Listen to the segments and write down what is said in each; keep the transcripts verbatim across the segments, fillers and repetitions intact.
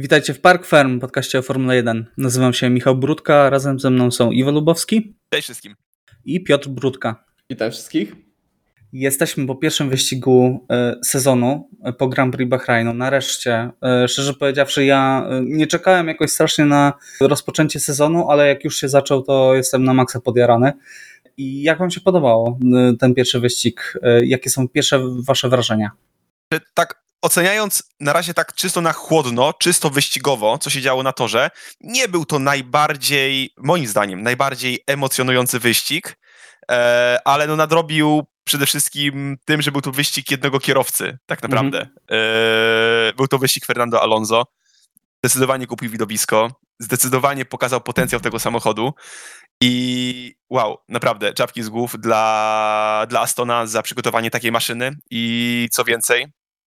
Witajcie w Park Ferm, podcaście o Formule jeden. Nazywam się Michał Brudka, razem ze mną są Iwo Lubowski. Cześć wszystkim. I Piotr Brudka. Witam wszystkich. Jesteśmy po pierwszym wyścigu e, sezonu, e, po Grand Prix Bahrainu. Nareszcie, e, szczerze powiedziawszy, ja e, nie czekałem jakoś strasznie na rozpoczęcie sezonu, ale jak już się zaczął, to jestem na maksa podjarany. I jak wam się podobało e, ten pierwszy wyścig? E, jakie są pierwsze wasze wrażenia? Tak oceniając na razie tak czysto na chłodno, czysto wyścigowo, co się działo na torze, nie był to najbardziej, moim zdaniem, najbardziej emocjonujący wyścig, e, ale no nadrobił przede wszystkim tym, że był to wyścig jednego kierowcy, tak naprawdę. Mhm. E, był to wyścig Fernando Alonso. Zdecydowanie kupił widowisko, zdecydowanie pokazał potencjał tego samochodu i wow, naprawdę, czapki z głów dla, dla Astona za przygotowanie takiej maszyny i co więcej,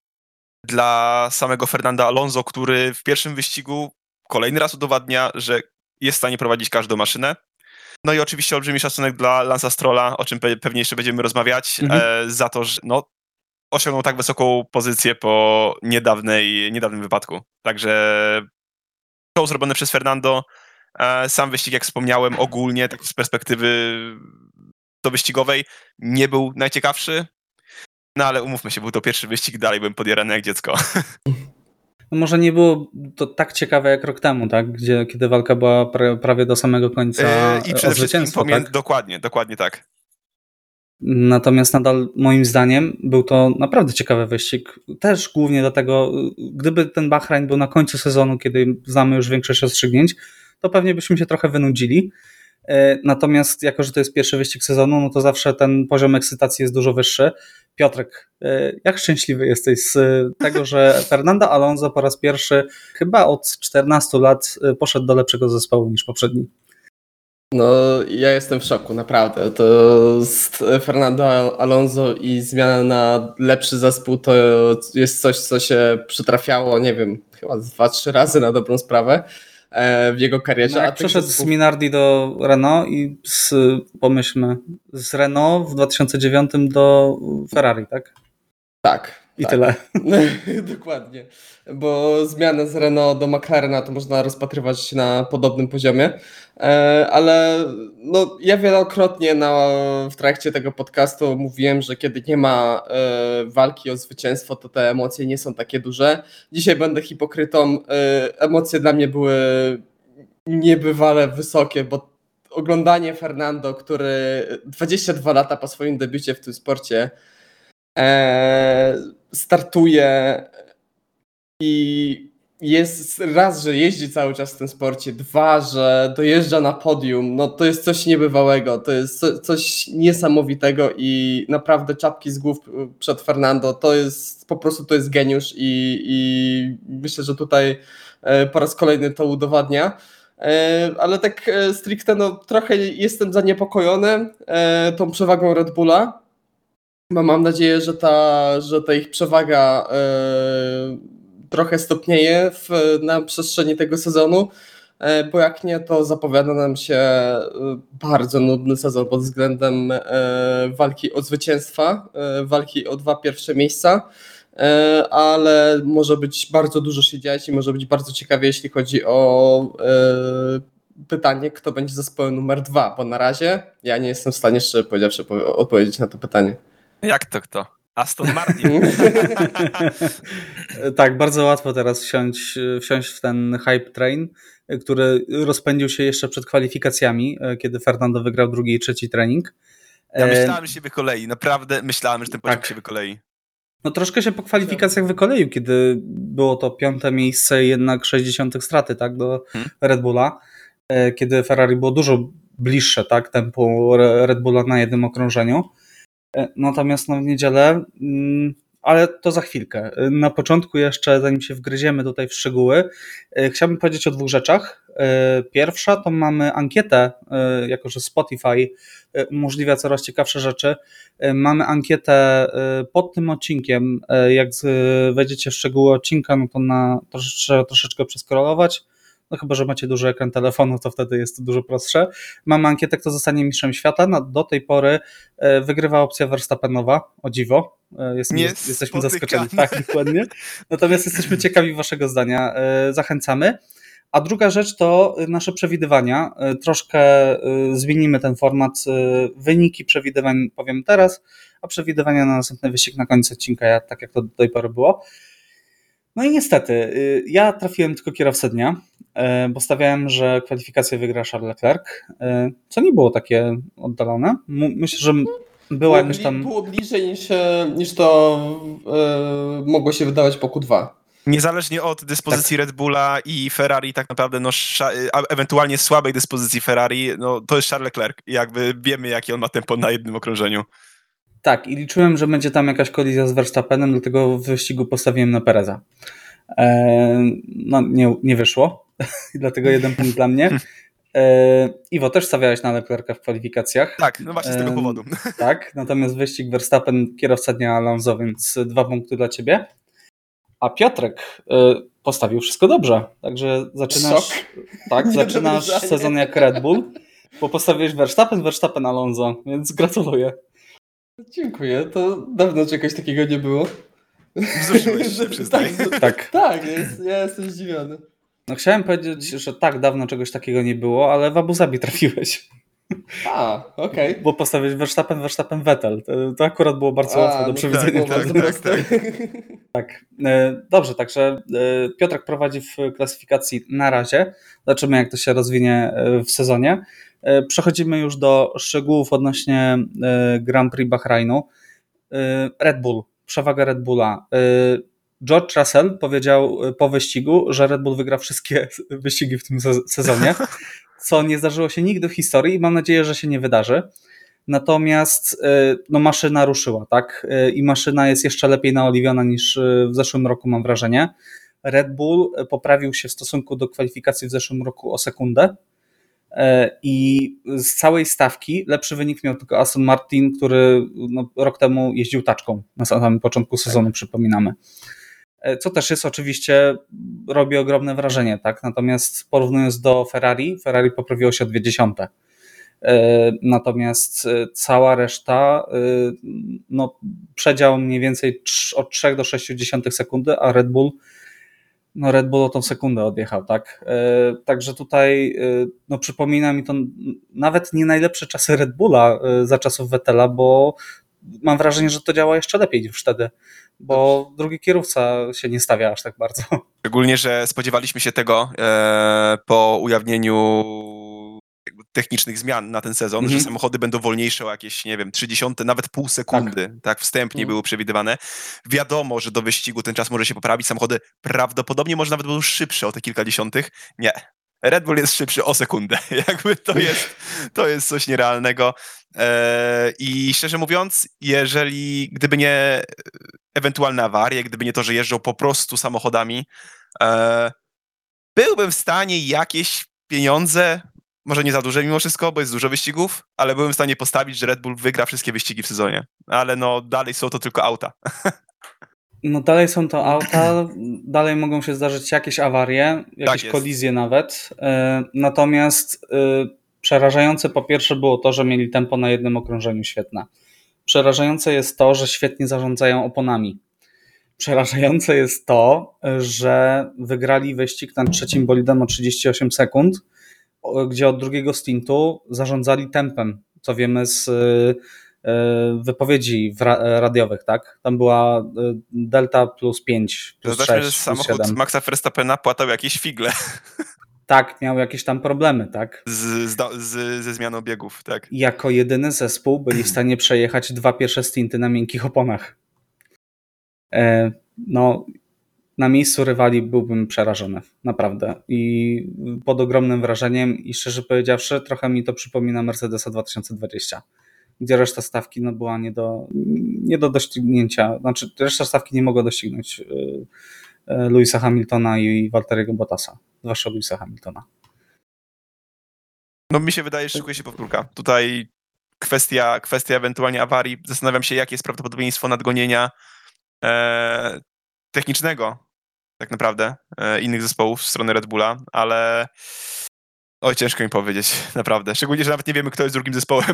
dla samego Fernanda Alonso, który w pierwszym wyścigu kolejny raz udowadnia, że jest w stanie prowadzić każdą maszynę. No i oczywiście olbrzymi szacunek dla Lance'a Strolla, o czym pe- pewnie jeszcze będziemy rozmawiać, mhm. e, za to, że no, osiągnął tak wysoką pozycję po niedawnej, niedawnym wypadku. Także show zrobione przez Fernando. E, sam wyścig, jak wspomniałem, ogólnie, tak z perspektywy do wyścigowej, nie był najciekawszy. No ale umówmy się, był to pierwszy wyścig, dalej byłem podjarany jak dziecko. No może nie było to tak ciekawe jak rok temu, tak? Gdzie, kiedy walka była pra, prawie do samego końca yy, i przede wszystkim pomiędzy, tak? Dokładnie, dokładnie tak. Natomiast nadal moim zdaniem był to naprawdę ciekawy wyścig. Też głównie dlatego, gdyby ten Bahrain był na końcu sezonu, kiedy znamy już większość rozstrzygnięć, to pewnie byśmy się trochę wynudzili. Natomiast jako, że to jest pierwszy wyścig sezonu, no to zawsze ten poziom ekscytacji jest dużo wyższy. Piotrek, jak szczęśliwy jesteś z tego, że Fernando Alonso po raz pierwszy chyba od czternastu lat poszedł do lepszego zespołu niż poprzedni? No, ja jestem w szoku, naprawdę. To Fernando Alonso i zmiana na lepszy zespół to jest coś, co się przytrafiało, nie wiem, chyba dwa, trzy razy na dobrą sprawę w jego karierze. No jak przeszedł zespół... z Minardi do Renault i z, pomyślmy, z Renault w dwa tysiące dziewiątym do Ferrari, tak? Tak. I tak. tyle. Dokładnie, bo zmianę z Renault do McLarena to można rozpatrywać na podobnym poziomie, ale no, ja wielokrotnie na, w trakcie tego podcastu mówiłem, że kiedy nie ma walki o zwycięstwo, to te emocje nie są takie duże. Dzisiaj będę hipokrytą, emocje dla mnie były niebywale wysokie, bo oglądanie Fernando, który dwadzieścia dwa lata po swoim debiucie w tym sporcie startuje i jest raz, że jeździ cały czas w tym sporcie, dwa, że dojeżdża na podium, no to jest coś niebywałego, to jest coś niesamowitego i naprawdę czapki z głów przed Fernando, to jest po prostu to jest geniusz i, i myślę, że tutaj po raz kolejny to udowadnia. Ale tak stricte no, trochę jestem zaniepokojony tą przewagą Red Bulla, bo mam nadzieję, że ta, że ta ich przewaga y, trochę stopnieje w, na przestrzeni tego sezonu, y, bo jak nie, to zapowiada nam się bardzo nudny sezon pod względem y, walki o zwycięstwa, y, walki o dwa pierwsze miejsca, y, ale może być bardzo dużo się dziać i może być bardzo ciekawie, jeśli chodzi o y, pytanie, kto będzie zespołem numer dwa, bo na razie ja nie jestem w stanie, szczerze powiedziawszy, odpowiedzieć na to pytanie. Jak to kto? Aston Martin. Tak, bardzo łatwo teraz wsiąść, wsiąść w ten hype train, który rozpędził się jeszcze przed kwalifikacjami, kiedy Fernando wygrał drugi i trzeci trening. Ja myślałem, że się wykolei. Naprawdę myślałem, że ten pociąg tak. się wykolei. No troszkę się po kwalifikacjach wykoleił, kiedy było to piąte miejsce i jednak sześćdziesiąt straty, tak, do hmm. Red Bulla, kiedy Ferrari było dużo bliższe, tak, tempu Red Bulla na jednym okrążeniu. Natomiast no w niedzielę, ale to za chwilkę. Na początku jeszcze, zanim się wgryziemy tutaj w szczegóły, chciałbym powiedzieć o dwóch rzeczach. Pierwsza to mamy ankietę, jako że Spotify umożliwia coraz ciekawsze rzeczy. Mamy ankietę pod tym odcinkiem. Jak wejdziecie w szczegóły odcinka, no to na troszeczkę, troszeczkę przeskrolować, no chyba, że macie duży ekran telefonu, to wtedy jest to dużo prostsze. Mamy ankietę, kto zostanie mistrzem świata. No, do tej pory e, wygrywa opcja Verstappenowa, o dziwo. E, jest, jesteśmy zaskoczeni. Tak, dokładnie. Natomiast jesteśmy ciekawi waszego zdania. E, zachęcamy. A druga rzecz to nasze przewidywania. Troszkę zmienimy ten format. Wyniki przewidywań powiem teraz, a przewidywania na następny wyścig na koniec odcinka, tak jak to do tej pory było. No i niestety, ja trafiłem tylko kierowcę dnia, bo stawiałem, że kwalifikację wygra Charles Leclerc, co nie było takie oddalone. Myślę, że była jakaś tam... Było bliżej niż, niż to yy, mogło się wydawać po Q dwa. Niezależnie od dyspozycji tak. Red Bulla i Ferrari, tak naprawdę, no, a ewentualnie słabej dyspozycji Ferrari, no, to jest Charles Leclerc. Jakby wiemy, jakie on ma tempo na jednym okrążeniu. Tak, i liczyłem, że będzie tam jakaś kolizja z Verstappenem, dlatego w wyścigu postawiłem na Pereza. Eee, no, nie, nie wyszło, dlatego jeden punkt dla mnie. Eee, Iwo, też stawiałeś na Leclerca w kwalifikacjach. Tak, no właśnie z tego eee, powodu. Tak, natomiast wyścig Verstappen, kierowca dnia Alonso, więc dwa punkty dla ciebie. A Piotrek y, postawił wszystko dobrze, także zaczynasz, tak, zaczynasz sezon jak Red Bull, bo postawiłeś Verstappen, Verstappen, Alonso, więc gratuluję. Dziękuję, to dawno czegoś takiego nie było. Wzruszyłeś się, przyznaj. Tak, tak. Tak, jest, ja jestem zdziwiony. No chciałem powiedzieć, że tak dawno czegoś takiego nie było, ale w Abu Zabi trafiłeś. A, okej. Okay. Bo postawić Verstappen, Verstappen, Vettel. To, to akurat było bardzo A, łatwe do przewidzenia. Tak, tak, tak, tak. tak. Dobrze, także Piotrek prowadzi w klasyfikacji na razie. Zobaczymy, jak to się rozwinie w sezonie. Przechodzimy już do szczegółów odnośnie Grand Prix Bahrainu. Red Bull, przewaga Red Bulla. George Russell powiedział po wyścigu, że Red Bull wygra wszystkie wyścigi w tym sezonie, co nie zdarzyło się nigdy w historii i mam nadzieję, że się nie wydarzy. Natomiast no, maszyna ruszyła, tak? I maszyna jest jeszcze lepiej naoliwiona niż w zeszłym roku, mam wrażenie. Red Bull poprawił się w stosunku do kwalifikacji w zeszłym roku o sekundę i z całej stawki lepszy wynik miał tylko Aston Martin, który no, rok temu jeździł taczką na samym początku sezonu, tak. Przypominamy. Co też jest oczywiście, robi ogromne wrażenie, tak? Natomiast porównując do Ferrari, Ferrari poprawiło się o dwie dziesiąte. Natomiast cała reszta, no, przedział mniej więcej od trzech do sześciu dziesiątych sekundy, a Red Bull, no Red Bull o tą sekundę odjechał, tak? Także tutaj, no, przypomina mi to nawet nie najlepsze czasy Red Bulla za czasów Vettela, bo mam wrażenie, że to działa jeszcze lepiej niż wtedy, bo drugi kierowca się nie stawia aż tak bardzo. Szczególnie, że spodziewaliśmy się tego e, po ujawnieniu technicznych zmian na ten sezon, mm-hmm. że samochody będą wolniejsze o jakieś, nie wiem, trzydzieści, nawet pół sekundy, tak, tak wstępnie mm. było przewidywane. Wiadomo, że do wyścigu ten czas może się poprawić, samochody prawdopodobnie może nawet będą szybsze o te kilka dziesiątych. Nie. Red Bull jest szybszy o sekundę. Jakby to jest, to jest coś nierealnego. Eee, I szczerze mówiąc, jeżeli, gdyby nie ewentualne awarie, gdyby nie to, że jeżdżą po prostu samochodami, eee, byłbym w stanie jakieś pieniądze, może nie za duże mimo wszystko, bo jest dużo wyścigów, ale byłem w stanie postawić, że Red Bull wygra wszystkie wyścigi w sezonie. Ale no, dalej są to tylko auta. No dalej są to auta, dalej mogą się zdarzyć jakieś awarie, jakieś tak kolizje nawet. Natomiast przerażające po pierwsze było to, że mieli tempo na jednym okrążeniu świetne. Przerażające jest to, że świetnie zarządzają oponami. Przerażające jest to, że wygrali wyścig nad trzecim bolidem o trzydzieści osiem sekund, gdzie od drugiego stintu zarządzali tempem, co wiemy z wypowiedzi radiowych, tak? Tam była delta plus pięć, plus Zobaczmy, sześć, że plus samochód siedem. Maxa Verstappena płatał jakieś figle. Tak, miał jakieś tam problemy, tak? Z, z, z, ze zmianą biegów, tak. Jako jedyny zespół byli w stanie przejechać dwa pierwsze stinty na miękkich oponach. E, no, na miejscu rywali byłbym przerażony, naprawdę. I pod ogromnym wrażeniem i szczerze powiedziawszy, trochę mi to przypomina Mercedesa dwa tysiące dwadzieścia, gdzie reszta stawki no, była nie do, nie do doścignięcia. Znaczy, reszta stawki nie mogła doścignąć Lewisa Hamiltona i Valtteriego Bottasa, zwłaszcza Lewisa Hamiltona. No mi się wydaje, że szykuje się powtórka. Tutaj kwestia, kwestia ewentualnie awarii. Zastanawiam się, jakie jest prawdopodobieństwo nadgonienia e, technicznego tak naprawdę e, innych zespołów z strony Red Bulla, ale oj, ciężko mi powiedzieć, naprawdę. Szczególnie, że nawet nie wiemy, kto jest drugim zespołem.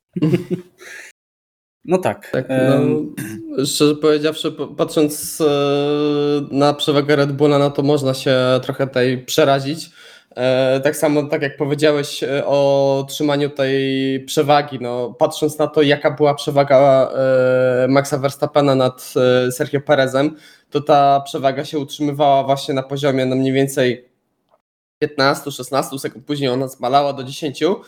No tak. Tak, no, szczerze powiedziawszy, patrząc na przewagę Red Bulla, no to można się trochę tutaj przerazić. Tak samo, tak jak powiedziałeś o trzymaniu tej przewagi, no, patrząc na to, jaka była przewaga Maxa Verstappena nad Sergio Perezem, to ta przewaga się utrzymywała właśnie na poziomie no mniej więcej piętnaście szesnaście sekund, później ona zmalała do dziesięciu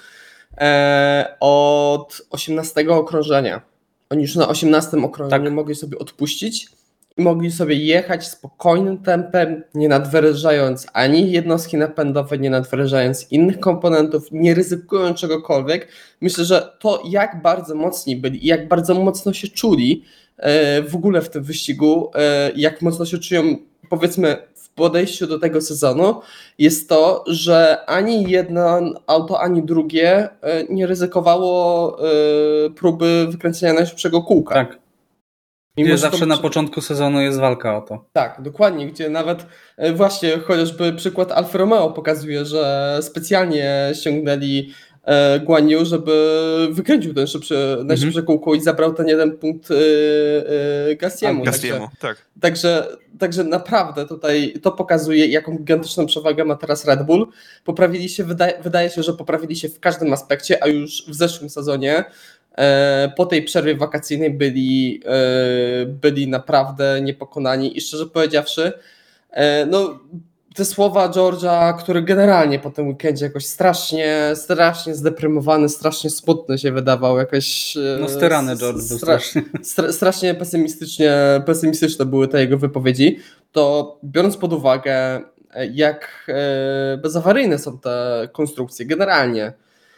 od osiemnastego okrążenia. Oni już na osiemnastym okrążeniu tak. mogli sobie odpuścić i mogli sobie jechać spokojnym tempem, nie nadwyrężając ani jednostki napędowe, nie nadwyrężając innych komponentów, nie ryzykując czegokolwiek. Myślę, że to jak bardzo mocni byli i jak bardzo mocno się czuli w ogóle w tym wyścigu, jak mocno się czują, powiedzmy, w podejściu do tego sezonu, jest to, że ani jedno auto, ani drugie nie ryzykowało próby wykręcenia najszybszego kółka. Tak. Gdzie zawsze na początku sezonu jest walka o to. Tak, dokładnie, gdzie nawet właśnie chociażby przykład Alfa Romeo pokazuje, że specjalnie ściągnęli Guan Yu, żeby wykręcił ten szybszy, najszybsze mm-hmm. kółko i zabrał ten jeden punkt yy, Gastiemu. Gastiemu, tak. Także, także naprawdę tutaj to pokazuje, jaką gigantyczną przewagę ma teraz Red Bull. Poprawili się, wydaje, wydaje się, że poprawili się w każdym aspekcie, a już w zeszłym sezonie e, po tej przerwie wakacyjnej byli, e, byli naprawdę niepokonani i szczerze powiedziawszy, e, no te słowa George'a, który generalnie po tym weekendzie jakoś strasznie, strasznie zdeprymowany, strasznie smutny się wydawał, jakoś... No styrany George był strasznie. Stra- strasznie pesymistycznie, pesymistyczne były te jego wypowiedzi, to biorąc pod uwagę, jak bezawaryjne są te konstrukcje generalnie,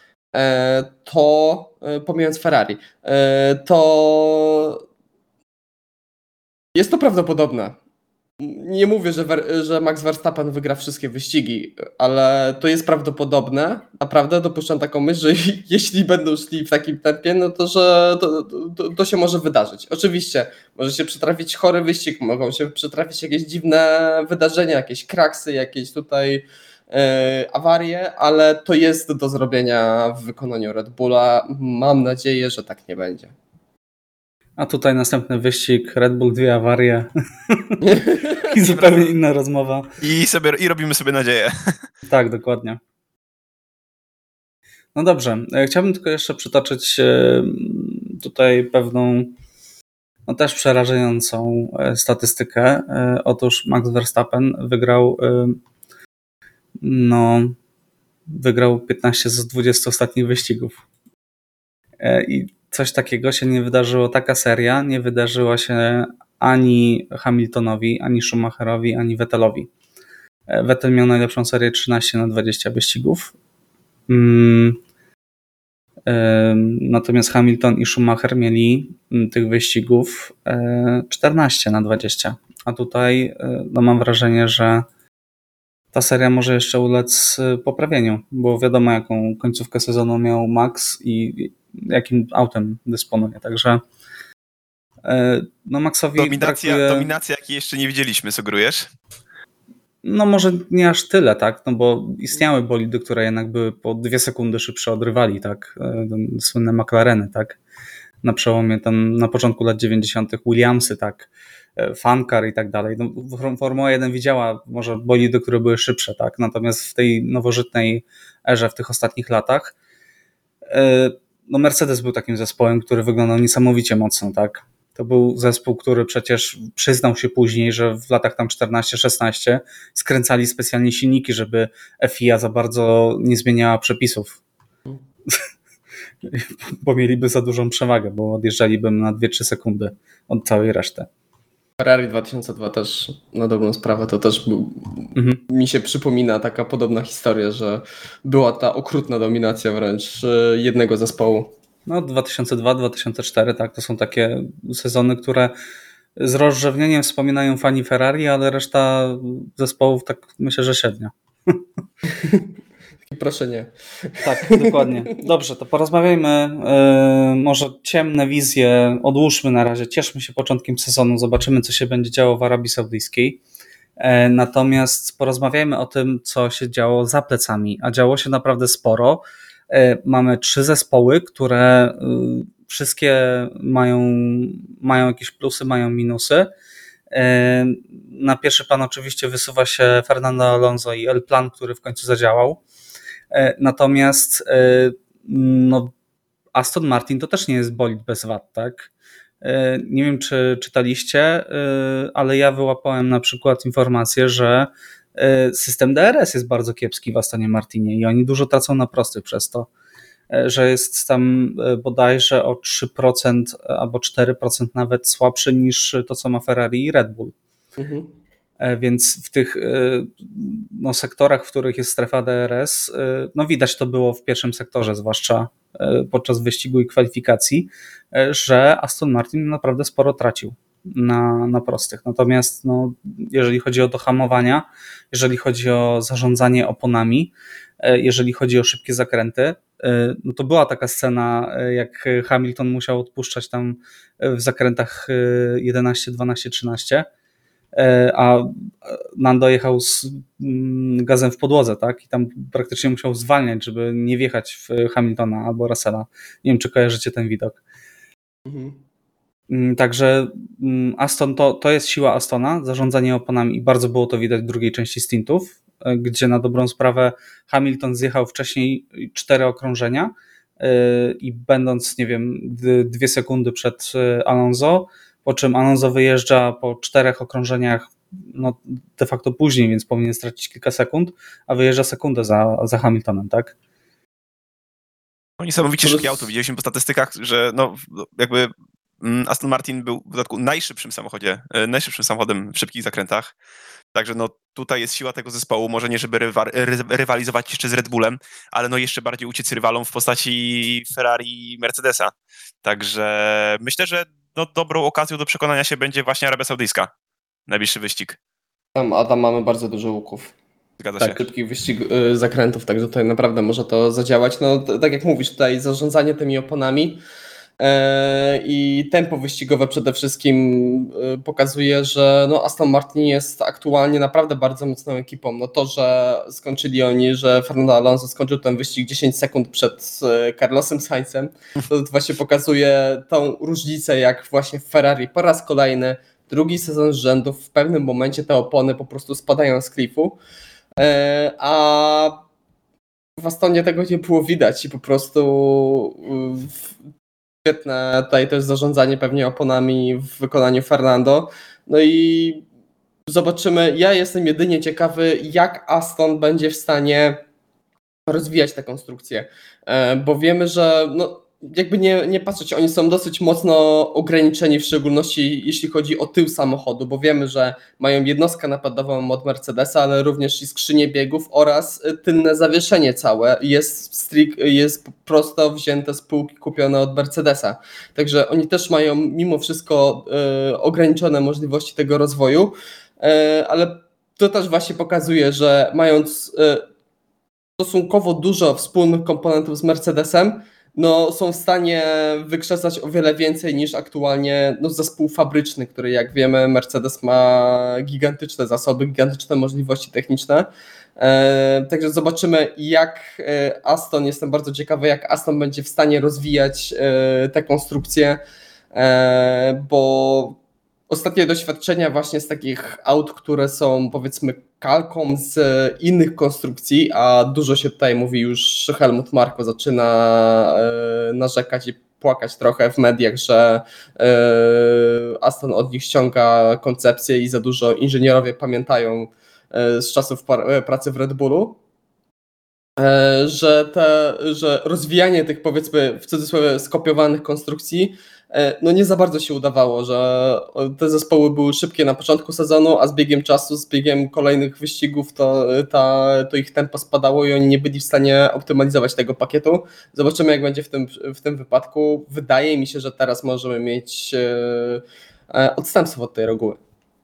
to pomijając Ferrari, to jest to prawdopodobne. Nie mówię, że, że Max Verstappen wygra wszystkie wyścigi, ale to jest prawdopodobne. Naprawdę dopuszczam taką myśl, że jeśli będą szli w takim tempie, no to że to, to, to się może wydarzyć. Oczywiście może się przytrafić chory wyścig, mogą się przytrafić jakieś dziwne wydarzenia, jakieś kraksy, jakieś tutaj e, awarie, ale to jest do zrobienia w wykonaniu Red Bulla. Mam nadzieję, że tak nie będzie. A tutaj następny wyścig, Red Bull, dwie awarie i zupełnie inna rozmowa. I, sobie, I robimy sobie nadzieję. Tak, dokładnie. No dobrze, chciałbym tylko jeszcze przytoczyć tutaj pewną, no też przerażającą statystykę. Otóż Max Verstappen wygrał no wygrał piętnaście z dwudziestu ostatnich wyścigów. I coś takiego się nie wydarzyło, taka seria nie wydarzyła się ani Hamiltonowi, ani Schumacherowi, ani Vettelowi. Vettel miał najlepszą serię trzynaście na dwadzieścia wyścigów. Natomiast Hamilton i Schumacher mieli tych wyścigów czternaście na dwadzieścia. A tutaj no mam wrażenie, że ta seria może jeszcze ulec poprawieniu, bo wiadomo, jaką końcówkę sezonu miał Max i jakim autem dysponuje. Także no Maxowi dominacja, brakuje... dominacja, jakiej jeszcze nie widzieliśmy, sugerujesz? No może nie aż tyle, tak, no bo istniały bolidy, które jednak były po dwie sekundy szybsze od rywali, tak, słynne McLareny, tak, na przełomie tam na początku lat dziewięćdziesiątych Williamsy, tak, Fankar i tak dalej. No, Formuła jeden widziała może bolidy, które były szybsze, tak, natomiast w tej nowożytnej erze, w tych ostatnich latach, no Mercedes był takim zespołem, który wyglądał niesamowicie mocno, tak. To był zespół, który przecież przyznał się później, że w latach tam czternaście szesnaście skręcali specjalnie silniki, żeby F I A za bardzo nie zmieniała przepisów. Bo mieliby za dużą przewagę, bo odjeżdżaliby na dwie trzy sekundy od całej reszty. Ferrari dwa tysiące dwa też, na dobrą sprawę, to też był, mhm. mi się przypomina taka podobna historia, że była ta okrutna dominacja wręcz jednego zespołu. No dwa tysiące dwa dwa tysiące cztery, tak, to są takie sezony, które z rozrzewnieniem wspominają fani Ferrari, ale reszta zespołów tak myślę, że średnio. Proszę nie. Tak, dokładnie. Dobrze, to porozmawiajmy. Yy, może ciemne wizje odłóżmy na razie. Cieszmy się początkiem sezonu. Zobaczymy, co się będzie działo w Arabii Saudyjskiej. Natomiast porozmawiajmy o tym, co się działo za plecami, a działo się naprawdę sporo. Mamy trzy zespoły, które wszystkie mają, mają jakieś plusy, mają minusy. Na pierwszy plan oczywiście wysuwa się Fernando Alonso i L-Plan, który w końcu zadziałał. Natomiast no, Aston Martin to też nie jest bolid bez wad, tak? Nie wiem, czy czytaliście, ale ja wyłapałem na przykład informację, że system D R S jest bardzo kiepski w Astonie Martinie i oni dużo tracą na prostych przez to, że jest tam bodajże o trzy procent albo cztery procent nawet słabszy niż to, co ma Ferrari i Red Bull. Mhm. Więc w tych no, sektorach, w których jest strefa D R S, no widać to było w pierwszym sektorze, zwłaszcza podczas wyścigu i kwalifikacji, że Aston Martin naprawdę sporo tracił na, na prostych. Natomiast no, jeżeli chodzi o dohamowania, jeżeli chodzi o zarządzanie oponami, jeżeli chodzi o szybkie zakręty, no to była taka scena, jak Hamilton musiał odpuszczać tam w zakrętach jedenaście, dwanaście, trzynaście, a Lando jechał z gazem w podłodze, tak? I tam praktycznie musiał zwalniać, żeby nie wjechać w Hamiltona albo Russella. Nie wiem, czy kojarzycie ten widok. Mhm. Także Aston to, to jest siła Astona, zarządzanie oponami i bardzo było to widać w drugiej części stintów, gdzie na dobrą sprawę Hamilton zjechał wcześniej cztery okrążenia i będąc, nie wiem, dwie sekundy przed Alonso, po czym Alonso wyjeżdża po czterech okrążeniach no de facto później, więc powinien stracić kilka sekund, a wyjeżdża sekundę za, za Hamiltonem, tak? No niesamowicie szybkie auto. Widzieliśmy po statystykach, że no jakby Aston Martin był w dodatku najszybszym samochodzie, najszybszym samochodem w szybkich zakrętach. Także no tutaj jest siła tego zespołu, może nie żeby rywa, rywalizować jeszcze z Red Bullem, ale no jeszcze bardziej uciec rywalom w postaci Ferrari i Mercedesa. Także myślę, że no dobrą okazją do przekonania się będzie właśnie Arabia Saudyjska. Najbliższy wyścig. Tam, a tam mamy bardzo dużo łuków. Zgadza tak, się. Szybkich wyścig, y, zakrętów, także tutaj naprawdę może to zadziałać. No t- tak jak mówisz, tutaj zarządzanie tymi oponami e, i tempo wyścigowe przede wszystkim y, pokazuje, że no Aston Martin jest aktualnie naprawdę bardzo mocną ekipą. No to, że skończyli oni, że Fernando Alonso skończył ten wyścig dziesięć sekund przed y, Carlosem Sainzem, to właśnie pokazuje tą różnicę, jak właśnie w Ferrari po raz kolejny, drugi sezon z rzędu, w pewnym momencie te opony po prostu spadają z klifu. A w Astonie tego nie było widać i po prostu świetne tutaj też zarządzanie pewnie oponami w wykonaniu Fernando. No i zobaczymy, ja jestem jedynie ciekawy, jak Aston będzie w stanie rozwijać tę konstrukcję, bo wiemy, że no, jakby nie, nie patrzeć, oni są dosyć mocno ograniczeni, w szczególności jeśli chodzi o tył samochodu, bo wiemy, że mają jednostkę napadową od Mercedesa, ale również i skrzynię biegów oraz tylne zawieszenie całe jest, strict, jest prosto wzięte z półki, kupione od Mercedesa. Także oni też mają mimo wszystko e, ograniczone możliwości tego rozwoju, e, ale to też właśnie pokazuje, że mając e, stosunkowo dużo wspólnych komponentów z Mercedesem, no, są w stanie wykrzesać o wiele więcej niż aktualnie no, zespół fabryczny, który jak wiemy Mercedes ma gigantyczne zasoby, gigantyczne możliwości techniczne. E, także zobaczymy jak Aston, jestem bardzo ciekawy jak Aston będzie w stanie rozwijać e, tę konstrukcję, e, bo ostatnie doświadczenia właśnie z takich aut, które są powiedzmy kalką z innych konstrukcji, a dużo się tutaj mówi już, Helmut Marko zaczyna e, narzekać i płakać trochę w mediach, że e, Aston od nich ściąga koncepcję i za dużo inżynierowie pamiętają e, z czasów par- pracy w Red Bullu, e, że, te, że rozwijanie tych powiedzmy w cudzysłowie skopiowanych konstrukcji no nie za bardzo się udawało, że te zespoły były szybkie na początku sezonu, a z biegiem czasu, z biegiem kolejnych wyścigów to, ta, to ich tempo spadało i oni nie byli w stanie optymalizować tego pakietu. Zobaczymy jak będzie w tym, w tym wypadku. Wydaje mi się, że teraz możemy mieć e, odstępstwo od tej reguły.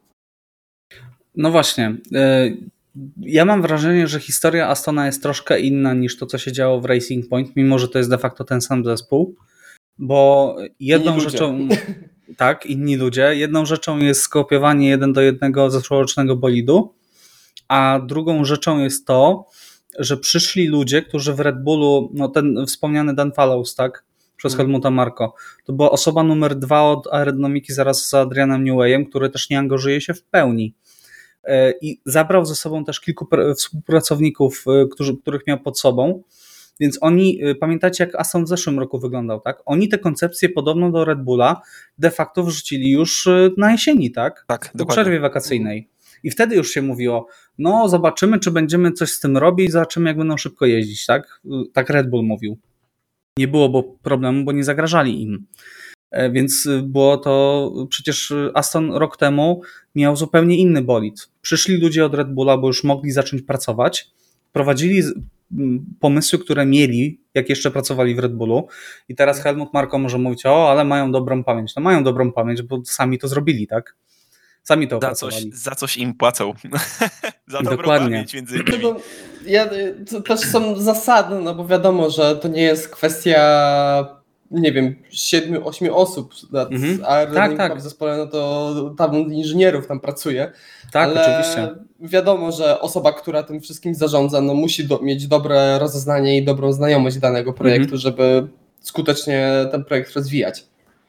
No właśnie. Ja mam wrażenie, że historia Astona jest troszkę inna niż to, co się działo w Racing Point, mimo że to jest de facto ten sam zespół. Bo jedną rzeczą, tak, inni ludzie. Jedną rzeczą jest skopiowanie jeden do jednego zeszłorocznego bolidu, a drugą rzeczą jest to, że przyszli ludzie, którzy w Red Bullu, no ten wspomniany Dan Fallows, tak, przez Helmuta Marko, to była osoba numer dwa od aerodynamiki zaraz za Adrianem Neweyem, który też nie angażuje się w pełni. I zabrał ze sobą też kilku współpracowników, którzy, których miał pod sobą, więc oni, pamiętacie jak Aston w zeszłym roku wyglądał, tak? Oni te koncepcje podobno do Red Bulla de facto wrzucili już na jesieni, tak? Tak, po przerwie wakacyjnej. I wtedy już się mówiło, no zobaczymy, czy będziemy coś z tym robić, zobaczymy, jak będą szybko jeździć, tak? Tak Red Bull mówił. Nie było bo problemu, bo nie zagrażali im. Więc było to, przecież Aston rok temu miał zupełnie inny bolid. Przyszli ludzie od Red Bulla, bo już mogli zacząć pracować, prowadzili pomysły, które mieli, jak jeszcze pracowali w Red Bullu i teraz Helmut Marko może mówić, o, ale mają dobrą pamięć. No mają dobrą pamięć, bo sami to zrobili, tak? Sami to za coś, opracowali. za coś im płacą. Za dobrą Dokładnie. pamięć między innymi. No, ja, to też są zasady, no bo wiadomo, że to nie jest kwestia, nie wiem, siedmiu, ośmiu osób nad Mhm. aerodynamiką Tak, tak. w zespole, no to tam inżynierów tam pracuje. Tak, ale oczywiście. Wiadomo, że osoba, która tym wszystkim zarządza, no musi do, mieć dobre rozeznanie i dobrą znajomość danego projektu, Mhm. żeby skutecznie ten projekt rozwijać.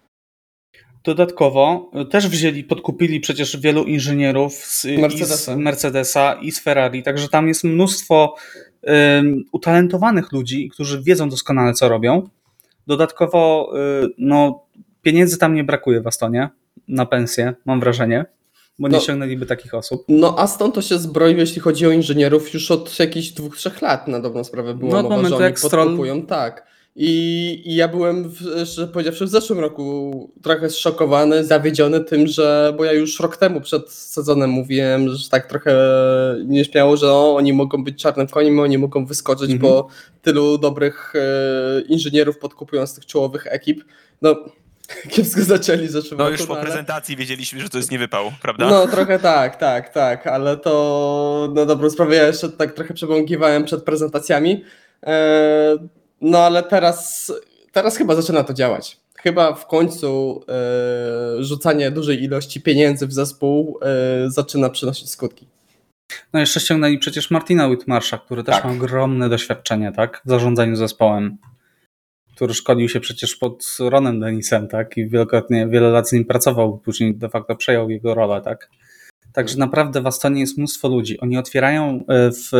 Dodatkowo też wzięli, podkupili przecież wielu inżynierów z Mercedesa. i z Mercedesa i z Ferrari, także tam jest mnóstwo um, utalentowanych ludzi, którzy wiedzą doskonale, co robią. Dodatkowo y, no, pieniędzy tam nie brakuje w Astonie na pensję, mam wrażenie, bo nie No. ściągnęliby takich osób. No Aston to się zbroił, jeśli chodzi o inżynierów, już od jakichś dwóch, trzech lat na dobrą sprawę było No, od mowa, momentu, że oni jak Stroll- podkupują, tak. I, I ja byłem, w, szczerze powiedziawszy, w zeszłym roku trochę zszokowany, zawiedziony tym, że, bo ja już rok temu przed sezonem mówiłem, że tak trochę nieśmiało, że o, oni mogą być czarnym koniem, oni mogą wyskoczyć, Mhm. bo tylu dobrych e, inżynierów podkupują z tych czołowych ekip. No, kiepsko zaczęli w zeszłym No roku. już po ale- prezentacji wiedzieliśmy, że to jest niewypał, prawda? No trochę tak, tak, tak, ale to na dobrą sprawę ja jeszcze tak trochę przebąkiwałem przed prezentacjami, e, no ale teraz, teraz chyba zaczyna to działać. Chyba w końcu e, rzucanie dużej ilości pieniędzy w zespół e, zaczyna przynosić skutki. No jeszcze ściągnęli przecież Martina Whitmarsha, który też Tak. ma ogromne doświadczenie, tak, w zarządzaniu zespołem, który szkolił się przecież pod Ronem Dennisem, tak, i wielokrotnie, wiele lat z nim pracował, później de facto przejął jego rolę, tak. Także naprawdę w Astonie jest mnóstwo ludzi. Oni otwierają w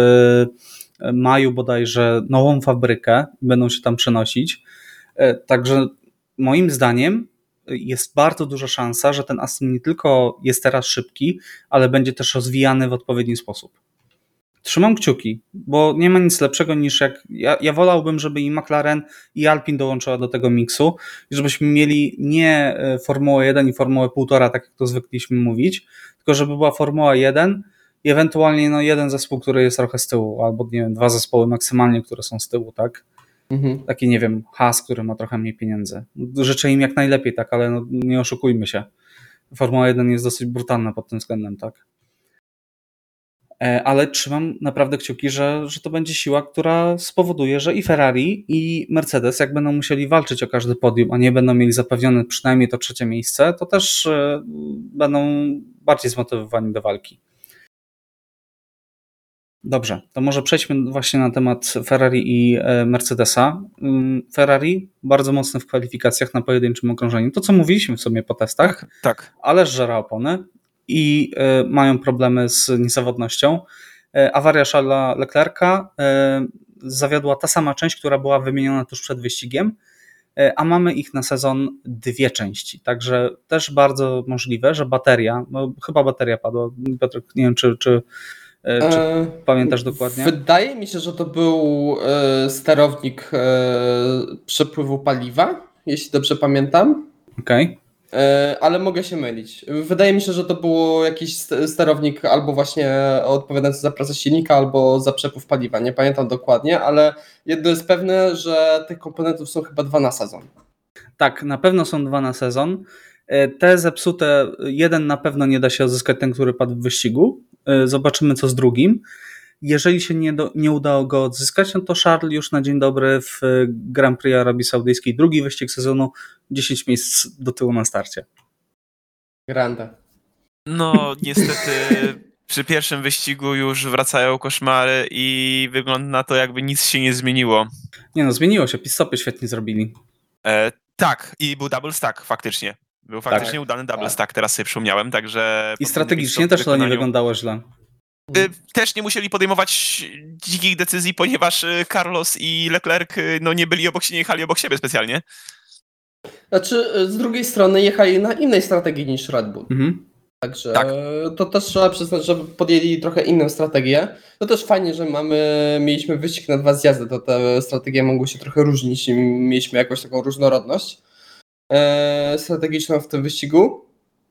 maju bodajże nową fabrykę, będą się tam przenosić. Także moim zdaniem jest bardzo duża szansa, że ten Aston nie tylko jest teraz szybki, ale będzie też rozwijany w odpowiedni sposób. Trzymam kciuki, bo nie ma nic lepszego niż jak... Ja, ja wolałbym, żeby i McLaren i Alpine dołączyła do tego miksu i żebyśmy mieli nie Formułę jeden i Formułę półtora, tak jak to zwykliśmy mówić, tylko żeby była Formuła jeden i ewentualnie no, jeden zespół, który jest trochę z tyłu, albo nie wiem, dwa zespoły maksymalnie, które są z tyłu, tak? Mhm. Taki, nie wiem, Haas, który ma trochę mniej pieniędzy. Życzę im jak najlepiej, tak, ale no, nie oszukujmy się. Formuła jeden jest dosyć brutalna pod tym względem, tak? Ale trzymam naprawdę kciuki, że, że to będzie siła, która spowoduje, że i Ferrari, i Mercedes, jak będą musieli walczyć o każdy podium, a nie będą mieli zapewnione przynajmniej to trzecie miejsce, to też będą bardziej zmotywowani do walki. Dobrze, to może przejdźmy właśnie na temat Ferrari i Mercedesa. Ferrari bardzo mocne w kwalifikacjach na pojedynczym okrążeniu. To, co mówiliśmy w sumie po testach, Tak. ale żera opony i y, mają problemy z niezawodnością. Y, awaria Charlesa Leclerca y, zawiodła ta sama część, która była wymieniona tuż przed wyścigiem, y, a mamy ich na sezon dwie części. Także też bardzo możliwe, że bateria, no chyba bateria padła, Piotrek, nie wiem czy, czy, y, czy E, pamiętasz dokładnie? Wydaje mi się, że to był e, sterownik e, przepływu paliwa, jeśli dobrze pamiętam. Okej. Okay. Ale mogę się mylić. Wydaje mi się, że to było jakiś sterownik albo właśnie odpowiadający za pracę silnika, albo za przepływ paliwa. Nie pamiętam dokładnie, ale jedno jest pewne, że tych komponentów są chyba dwa na sezon. Tak, na pewno są dwa na sezon. Te zepsute, jeden na pewno nie da się odzyskać, ten, który padł w wyścigu. Zobaczymy, co z drugim. Jeżeli się nie, do, nie udało go odzyskać, no to Charles już na dzień dobry w Grand Prix Arabii Saudyjskiej, drugi wyścig sezonu, dziesięć miejsc do tyłu na starcie. Grande. No, niestety przy pierwszym wyścigu już wracają koszmary i wygląda na to, jakby nic się nie zmieniło. Nie no, zmieniło się, pit-stopy świetnie zrobili. E, tak, i był double stack faktycznie. Był faktycznie Tak, udany double tak. stack, teraz sobie przypomniałem, także... I strategicznie też to nie wyglądało źle. Y, Też nie musieli podejmować dzikich decyzji, ponieważ y, Carlos i Leclerc y, no, nie byli obok siebie, nie jechali obok siebie specjalnie. Znaczy, z drugiej strony jechali na innej strategii niż Red Bull. Mhm. Także Tak. to też trzeba przyznać, że podjęli trochę inną strategię. To też fajnie, że mamy, mieliśmy wyścig na dwa zjazdy, to te strategie mogły się trochę różnić i mieliśmy jakąś taką różnorodność e, strategiczną w tym wyścigu.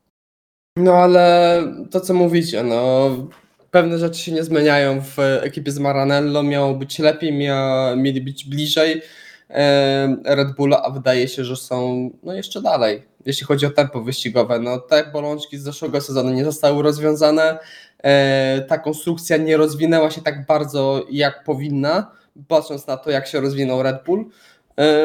No ale to co mówicie, no pewne rzeczy się nie zmieniają w ekipie z Maranello, miało być lepiej, mia, mieli być bliżej e, Red Bulla, a wydaje się, że są no jeszcze dalej, jeśli chodzi o tempo wyścigowe. No te bolączki z zeszłego sezonu nie zostały rozwiązane, e, ta konstrukcja nie rozwinęła się tak bardzo jak powinna, patrząc na to jak się rozwinął Red Bull. E,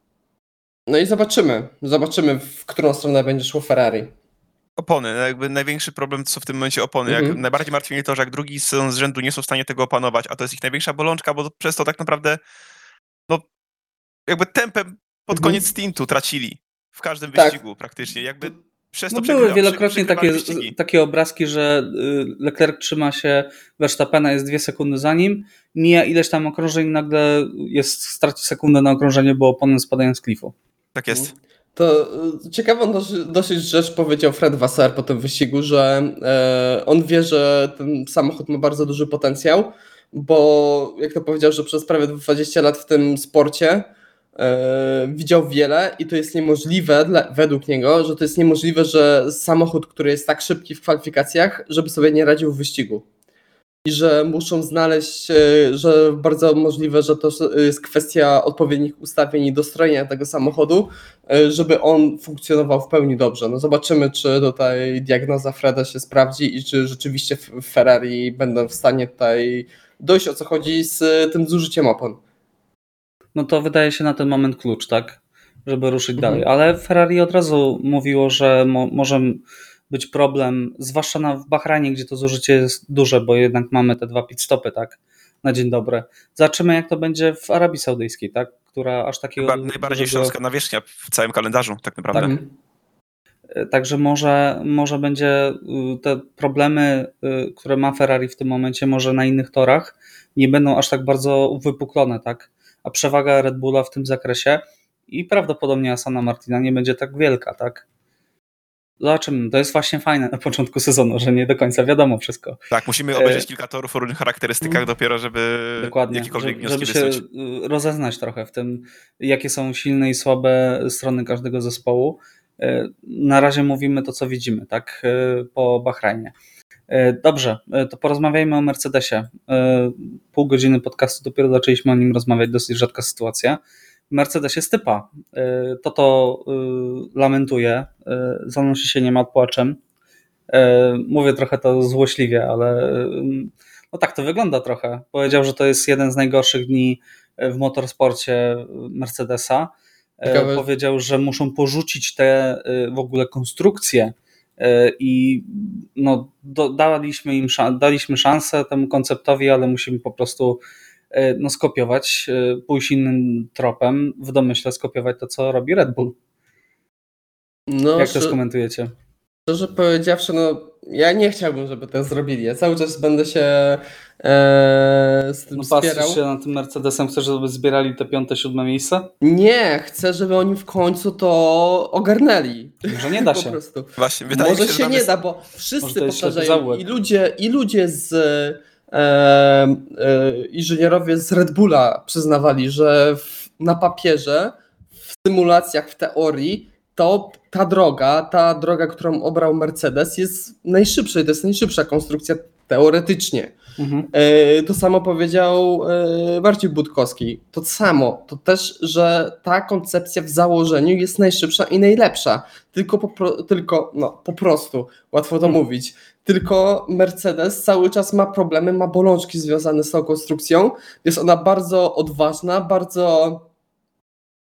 no i zobaczymy, zobaczymy w którą stronę będzie szło Ferrari. Opony, jakby największy problem to są w tym momencie opony. Jak Mhm. najbardziej martwi mnie to, że jak drugi sezon z rzędu nie są w stanie tego opanować, a to jest ich największa bolączka, bo przez to tak naprawdę no jakby tempem pod Mhm. koniec stintu tracili w każdym Tak. wyścigu praktycznie. Jakby przez to No były przegrywa- wielokrotnie takie, przegrywali wyścigi. takie obrazki, że y, Leclerc trzyma się Verstappena, jest dwie sekundy za nim, mija ileś tam okrążeń, nagle jest, straci sekundę na okrążenie, bo oponent spadają z klifu. Tak jest. To y, ciekawą dosyć, dosyć rzecz powiedział Fred Vasseur po tym wyścigu, że e, on wie, że ten samochód ma bardzo duży potencjał, bo jak to powiedział, że przez prawie dwadzieścia lat w tym sporcie e, widział wiele i to jest niemożliwe dla, według niego, że to jest niemożliwe, że samochód, który jest tak szybki w kwalifikacjach, żeby sobie nie radził w wyścigu. I że muszą znaleźć, e, że bardzo możliwe, że to jest kwestia odpowiednich ustawień i dostrojenia tego samochodu, e, żeby on funkcjonował w pełni dobrze. No zobaczymy, czy tutaj diagnoza Freda się sprawdzi i czy rzeczywiście w Ferrari będą w stanie tutaj dojść, o co chodzi z tym zużyciem opon. No to wydaje się na ten moment klucz, tak? Żeby ruszyć Mhm. dalej. Ale Ferrari od razu mówiło, że mo- może być problem, zwłaszcza na, w Bahrajnie, gdzie to zużycie jest duże, bo jednak mamy te dwa pit stopy, tak? Na dzień dobry. Zobaczymy, jak to będzie w Arabii Saudyjskiej, tak? Która aż takiego... Chyba najbardziej dużego- śląska nawierzchnia w całym kalendarzu, tak naprawdę. Tak. Mhm. Także może, może będzie y, te problemy, y, które ma Ferrari w tym momencie, może na innych torach nie będą aż tak bardzo uwypuklone, tak? A przewaga Red Bulla w tym zakresie i prawdopodobnie Astona Martina nie będzie tak wielka, tak? Zobaczymy. To jest właśnie fajne na początku sezonu, że nie do końca wiadomo wszystko. Tak, musimy E, obejrzeć kilka torów o różnych charakterystykach Mhm. dopiero, żeby Dokładnie, jakiekolwiek żeby, wnioski żeby się wysnuć. y, rozeznać trochę w tym, jakie są silne i słabe strony każdego zespołu. Y, Na razie mówimy to, co widzimy, tak, y, po Bahrajnie. Y, Dobrze, y, to porozmawiajmy o Mercedesie. Y, Pół godziny podcastu, dopiero zaczęliśmy o nim rozmawiać, dosyć rzadka sytuacja. Mercedes jest typa. Y, To to y, lamentuje, y, zanosi się niemal płaczem. Y, Mówię trochę to złośliwie, ale y, no tak to wygląda trochę. Powiedział, że to jest jeden z najgorszych dni w motorsporcie Mercedesa. Ciekawe. Powiedział, że muszą porzucić te y, w ogóle konstrukcje y, i no, do, daliśmy im szan- daliśmy szansę temu konceptowi, ale musimy po prostu y, no, skopiować, y, pójść innym tropem, w domyśle skopiować to, co robi Red Bull. No, Jak to szczerze- skomentujecie? Szczerze powiedziawszy, no ja nie chciałbym, żeby to zrobili. Ja cały czas będę się e, z tym No wspierał. patrzysz się na tym Mercedesem, chcesz, żeby zbierali te piąte, siódme miejsce? Nie, chcę, żeby oni w końcu to ogarnęli. Może nie da Po się. prostu. Właśnie, wydaje Może mi się, się że tam nie jest... da, bo Może wszyscy to jest ślepy powtarzają zaułek. i ludzie, i ludzie z e, e, inżynierowie z Red Bulla przyznawali, że w, na papierze, w symulacjach, w teorii to ta droga, ta droga, którą obrał Mercedes jest najszybsza i to jest najszybsza konstrukcja teoretycznie. Mhm. E, To samo powiedział e, Marcin Budkowski. To samo, to też, że ta koncepcja w założeniu jest najszybsza i najlepsza. Tylko po, pro- tylko, no, po prostu, łatwo to Hmm. mówić. Tylko Mercedes cały czas ma problemy, ma bolączki związane z tą konstrukcją. Jest ona bardzo odważna, bardzo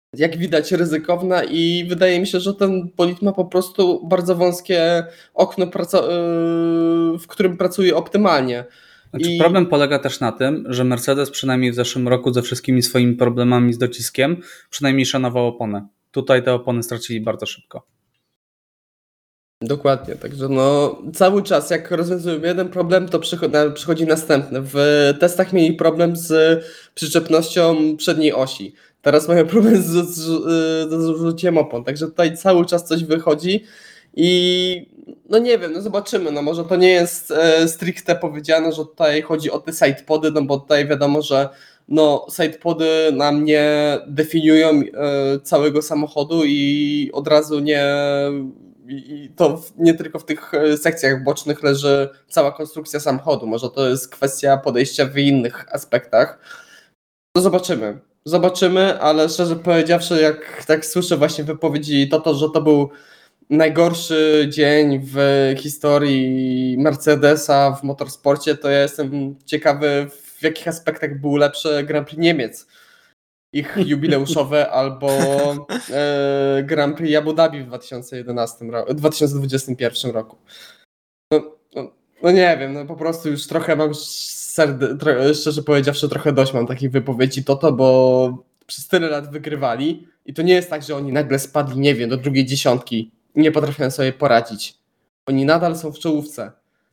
jak widać ryzykowna i wydaje mi się, że ten bolid ma po prostu bardzo wąskie okno, w którym pracuje optymalnie. Znaczy, I... Problem polega też na tym, że Mercedes przynajmniej w zeszłym roku ze wszystkimi swoimi problemami z dociskiem przynajmniej szanował opony. Tutaj te opony stracili bardzo szybko. Dokładnie, także no cały czas jak rozwiązują jeden problem, to przychodzi następny. W testach mieli problem z przyczepnością przedniej osi. Teraz mają problem z, z, z zużyciem opon, także tutaj cały czas coś wychodzi i no nie wiem, no zobaczymy, no może to nie jest e, stricte powiedziane, że tutaj chodzi o te sidepody, no bo tutaj wiadomo, że no sidepody nam nie definiują e, całego samochodu i od razu nie... I to nie tylko w tych sekcjach bocznych leży cała konstrukcja samochodu. Może to jest kwestia podejścia w innych aspektach. To zobaczymy. Zobaczymy, ale szczerze powiedziawszy, jak tak słyszę właśnie wypowiedzi Toto, że to był najgorszy dzień w historii Mercedesa w motorsporcie, to ja jestem ciekawy, w jakich aspektach był lepszy Grand Prix Niemiec. Ich jubileuszowe albo e, Grand Prix Abu Dhabi w dwa tysiące jedenastym roku, dwa tysiące dwudziestym pierwszym roku. No, no, no nie wiem, no po prostu już trochę mam serde, tro, szczerze powiedziawszy trochę dość mam takich wypowiedzi Toto, bo przez tyle lat wygrywali i to nie jest tak, że oni nagle spadli, nie wiem, do drugiej dziesiątki i nie potrafią sobie poradzić. Oni nadal są w czołówce.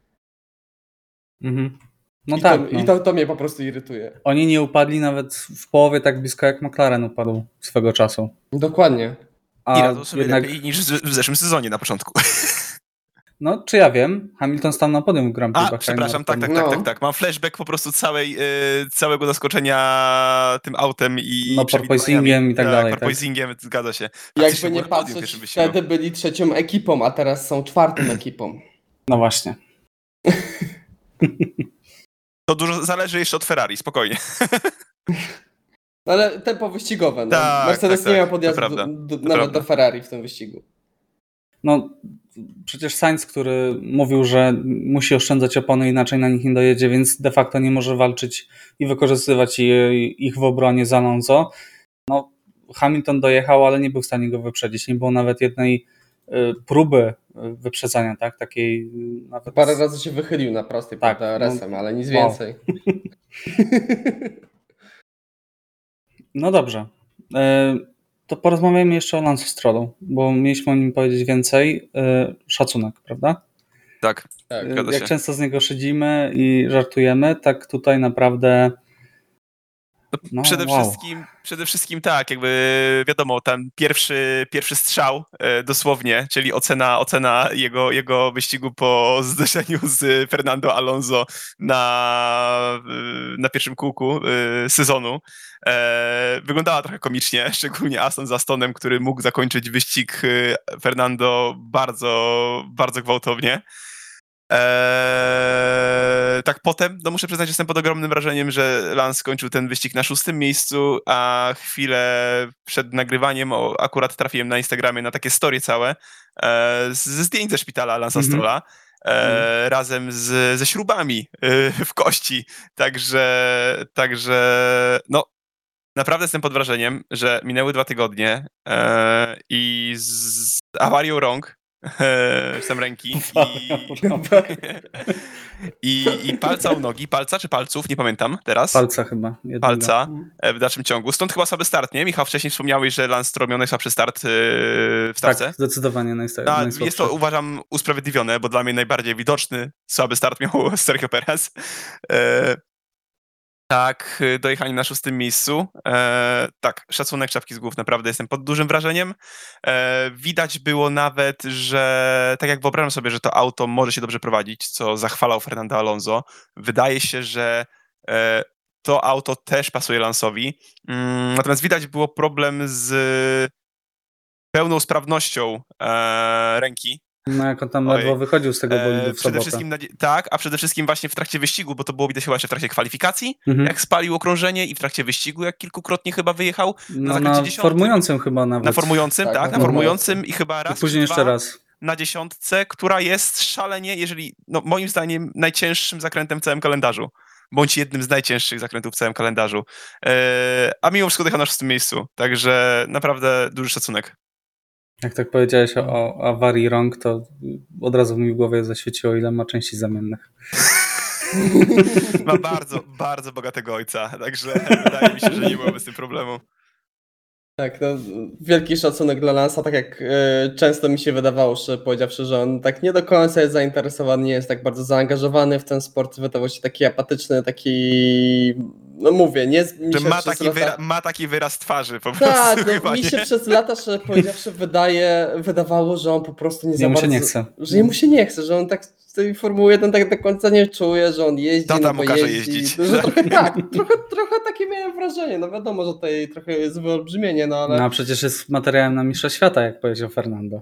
Mhm. No I, tak, to, no. i to, to mnie po prostu irytuje. Oni nie upadli nawet w połowie tak blisko jak McLaren upadł swego czasu. Dokładnie. A I radzą sobie jednak... lepiej niż w zeszłym sezonie na początku. No, czy ja wiem, Hamilton stał na podium w Grand Prix. A, przepraszam, tak, tak, no. tak, tak, tak. Mam flashback po prostu całej, yy, całego zaskoczenia tym autem i no, porpoisingiem i tak dalej. Tak, porpoisingiem, tak. Zgadza się. Jakby nie patrzeć, wtedy byli trzecią ekipą, a teraz są czwartą ekipą. No właśnie. To dużo zależy jeszcze od Ferrari, spokojnie. Ale tempo wyścigowe. No. Tak, Mercedes tak, nie tak, ma podjazdu to do, prawda, do, to nawet prawda. do Ferrari w tym wyścigu. No, przecież Sainz, który mówił, że musi oszczędzać opony, inaczej na nich nie dojedzie, więc de facto nie może walczyć i wykorzystywać ich w obronie z Alonso. No, Hamilton dojechał, ale nie był w stanie go wyprzedzić. Nie było nawet jednej próby wyprzedzania, tak? Takiej nawet... Parę razy się wychylił na prostej tak, pod D R S-em, no, ale nic wow. więcej. No dobrze. To porozmawiajmy jeszcze o Lance Strollu, bo mieliśmy o nim powiedzieć więcej. Szacunek, prawda? Tak, tak. Jak często z niego szydzimy i żartujemy, tak tutaj naprawdę... No, przede, wow. wszystkim, przede wszystkim tak, jakby wiadomo, ten pierwszy, pierwszy strzał e, dosłownie, czyli ocena, ocena jego, jego wyścigu po zderzeniu z Fernando Alonso na, na pierwszym kółku e, sezonu e, wyglądała trochę komicznie, szczególnie Aston za Astonem, który mógł zakończyć wyścig Fernando bardzo, bardzo gwałtownie. Eee, tak potem, no muszę przyznać, że jestem pod ogromnym wrażeniem, że Lance skończył ten wyścig na szóstym miejscu, a chwilę przed nagrywaniem o, akurat trafiłem na Instagramie na takie story całe e, ze zdjęć ze szpitala Lance'a mm-hmm. Strolla e, mm. razem z, ze śrubami e, w kości, także, także no naprawdę jestem pod wrażeniem, że minęły dwa tygodnie e, i z awarią rąk sam ręki i, i, i palca u nogi, palca czy palców, nie pamiętam teraz. Palca chyba. Jednego. Palca w dalszym ciągu. Stąd chyba słaby start, nie? Michał, wcześniej wspomniałeś, że Lance Stroll miał najsłabszy start yy, w starcie. Tak, zdecydowanie najsłabszy. A, jest to, uważam, usprawiedliwione, bo dla mnie najbardziej widoczny słaby start miał Sergio Perez. Yy, Tak, dojechanie na szóstym miejscu. E, tak, szacunek, czapki z głów, naprawdę jestem pod dużym wrażeniem. E, widać było nawet, że tak jak wyobrażam sobie, że to auto może się dobrze prowadzić, co zachwalał Fernando Alonso, wydaje się, że e, to auto też pasuje Lance'owi. Mm, natomiast widać było problem z pełną sprawnością e, ręki. No jak on tam ledwo Oj. wychodził z tego bolidu w e, przede sobotę. wszystkim Tak, a przede wszystkim właśnie w trakcie wyścigu, bo to było widać chyba jeszcze w trakcie kwalifikacji, mhm. jak spalił okrążenie i w trakcie wyścigu, jak kilkukrotnie chyba wyjechał no, na zakręcie na dziesiątym. formującym chyba nawet. Na formującym, tak, tak na formującym i chyba raz I później jeszcze raz. Na dziesiątce, która jest szalenie, jeżeli, no moim zdaniem, najcięższym zakrętem w całym kalendarzu. bądź jednym z najcięższych zakrętów w całym kalendarzu. E, a mimo wszystko dojechał na szóstym miejscu, także naprawdę duży szacunek. Jak tak powiedziałeś o, o awarii rąk, to od razu mi w głowie zaświeciło, ile ma części zamiennych. Ma bardzo, bardzo bogatego ojca, także wydaje mi się, że nie byłoby z tym problemu. Tak, no, wielki szacunek dla Lance'a, tak jak y, często mi się wydawało, że powiedziawszy, że on tak nie do końca jest zainteresowany, nie jest tak bardzo zaangażowany w ten sport, wydawał się taki apatyczny, taki, no mówię, nie... Mi że się ma przez taki, lata... wyra- ma taki wyraz twarzy po prostu. Tak, no, chyba, mi nie? się przez lata, że powiedziawszy, wydaje, wydawało, że on po prostu nie, Nie za mu się bardzo... nie chce. Że mu się nie chce, że on tak z tej Formuły jeden tak do końca nie czuje, że on jeździ, Tata no mu bo każe jeździ. jeździć. No, że trochę tak, trochę, trochę takie miałem wrażenie. No wiadomo, że tutaj trochę jest wyolbrzymienie, no ale... No a przecież jest materiałem na mistrza świata, jak powiedział Fernando.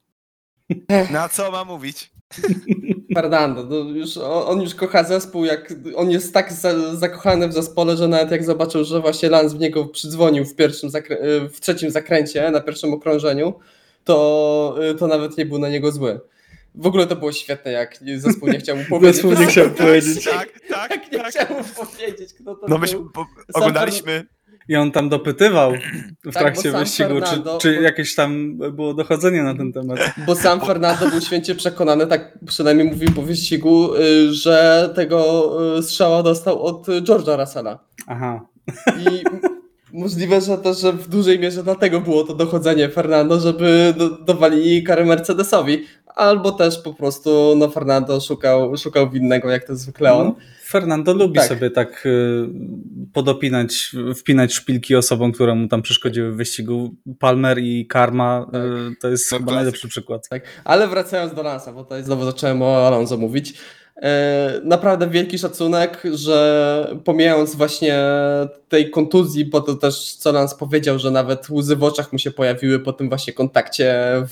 Na co ma mówić? Fernando, no już, on, on już kocha zespół, jak on jest tak za, zakochany w zespole, że nawet jak zobaczył, że właśnie Lance w niego przydzwonił w pierwszym zakrę- w trzecim zakręcie, na pierwszym okrążeniu, to, to nawet nie był na niego zły. W ogóle to było świetne, jak zespół nie chciał mu powiedzieć. Zespół nie chciał powiedzieć. Tak, tak, Jak nie tak. chciał mu powiedzieć, kto to No był. myśmy po- oglądaliśmy... I on tam dopytywał w Tak, trakcie bo sam wyścigu, Fernando- czy, czy bo- jakieś tam było dochodzenie na ten temat. Bo sam Fernando był święcie przekonany, tak przynajmniej mówił po wyścigu, y, że tego y, strzała dostał od George'a Russella. Aha. I możliwe, że też że w dużej mierze dlatego było to dochodzenie Fernando, żeby do, dowalili karę Mercedesowi. Albo też po prostu no Fernando szukał, szukał winnego, jak to zwykle on. No, Fernando lubi Tak. sobie tak y, podopinać, wpinać szpilki osobom, które mu tam przeszkodziły w wyścigu. Palmer i Karma Tak. y, to jest No, chyba klasyk. najlepszy przykład. Tak. Ale wracając do Lance'a, bo tutaj znowu zacząłem o Alonso mówić. E, naprawdę wielki szacunek, że pomijając właśnie tej kontuzji, bo to też co Lance powiedział, że nawet łzy w oczach mu się pojawiły po tym właśnie kontakcie w,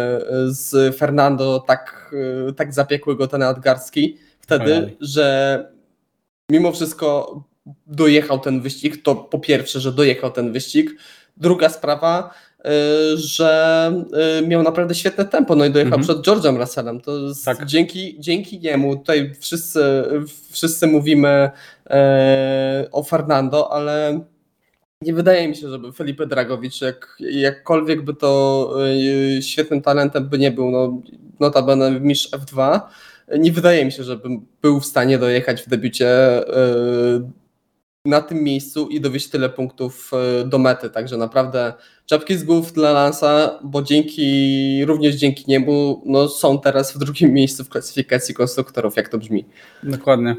z Fernando, tak, tak zapiekły go ten nadgarstki wtedy, Ojej. że mimo wszystko dojechał ten wyścig, to po pierwsze, że dojechał ten wyścig. Druga sprawa, że miał naprawdę świetne tempo, no i dojechał Mhm. przed George'em Russellem. To jest Tak. dzięki, dzięki niemu tutaj wszyscy, wszyscy mówimy e, o Fernando, ale nie wydaje mi się, żeby Felipe Dragowicz, jak, jakkolwiek by to e, świetnym talentem by nie był, no, notabene mistrz F dwa, nie wydaje mi się, żeby był w stanie dojechać w debiucie e, na tym miejscu i dowieść tyle punktów do mety, także naprawdę czapki z głów dla Lance'a, bo dzięki, również dzięki niemu no, są teraz w drugim miejscu w klasyfikacji konstruktorów, jak to brzmi. Dokładnie.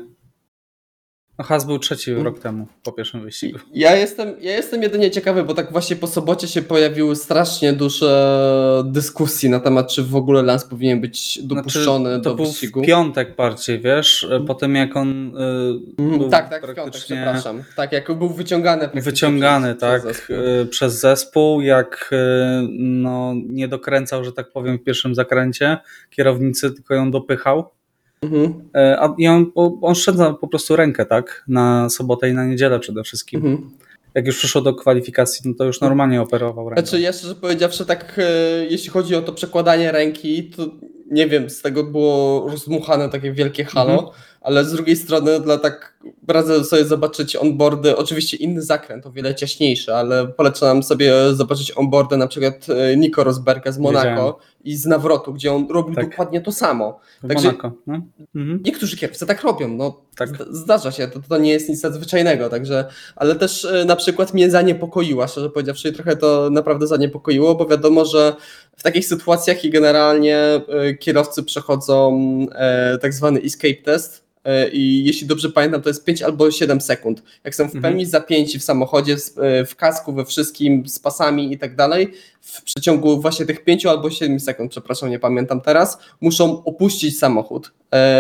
No Haas był trzeci rok temu po pierwszym wyścigu. Ja jestem, ja jestem jedynie ciekawy, bo tak właśnie po sobocie się pojawiły strasznie duże dyskusje na temat, czy w ogóle Lance powinien być dopuszczony Znaczy, to do był wyścigu. w piątek bardziej, wiesz, po tym jak on y, Mhm, był tak, tak, w piątek, praktycznie przepraszam. Tak, jak był wyciągany praktycznie wyciągany przez, tak, przez zespół. y, przez zespół, jak y, no, nie dokręcał, że tak powiem, w pierwszym zakręcie kierownicy, tylko ją dopychał. Mhm, Y, a, I on, on szedł na po prostu rękę, tak, na sobotę i na niedzielę przede wszystkim. mhm. Jak już przyszło do kwalifikacji, no to już normalnie operował ręką. Znaczy ja szczerze powiedziawszy, tak e, jeśli chodzi o to przekładanie ręki, to nie wiem, z tego było rozmuchane takie wielkie halo, Mhm. ale z drugiej strony dla tak radzę sobie zobaczyć onboardy, oczywiście inny zakręt, o wiele ciaśniejszy, ale polecam sobie zobaczyć onboardy na przykład e, Nico Rosberga z Monaco Wiedziałem. i z nawrotu, gdzie on robił Tak. dokładnie to samo. W Także- Monako. No? Mhm. Niektórzy kierowcy tak robią, no Tak. zda- zdarza się, to, to nie jest nic nadzwyczajnego, także, ale też e, na przykład mnie zaniepokoiła, szczerze powiedziawszy, trochę to naprawdę zaniepokoiło, bo wiadomo, że w takich sytuacjach i generalnie e, kierowcy przechodzą e, tak zwany escape test e, i jeśli dobrze pamiętam, to jest pięć albo siedem sekund. Jak są w Mhm. pełni zapięci w samochodzie, z- e, w kasku, we wszystkim, z pasami i tak dalej, w przeciągu właśnie tych pięciu albo siedmiu sekund, przepraszam, nie pamiętam teraz, muszą opuścić samochód.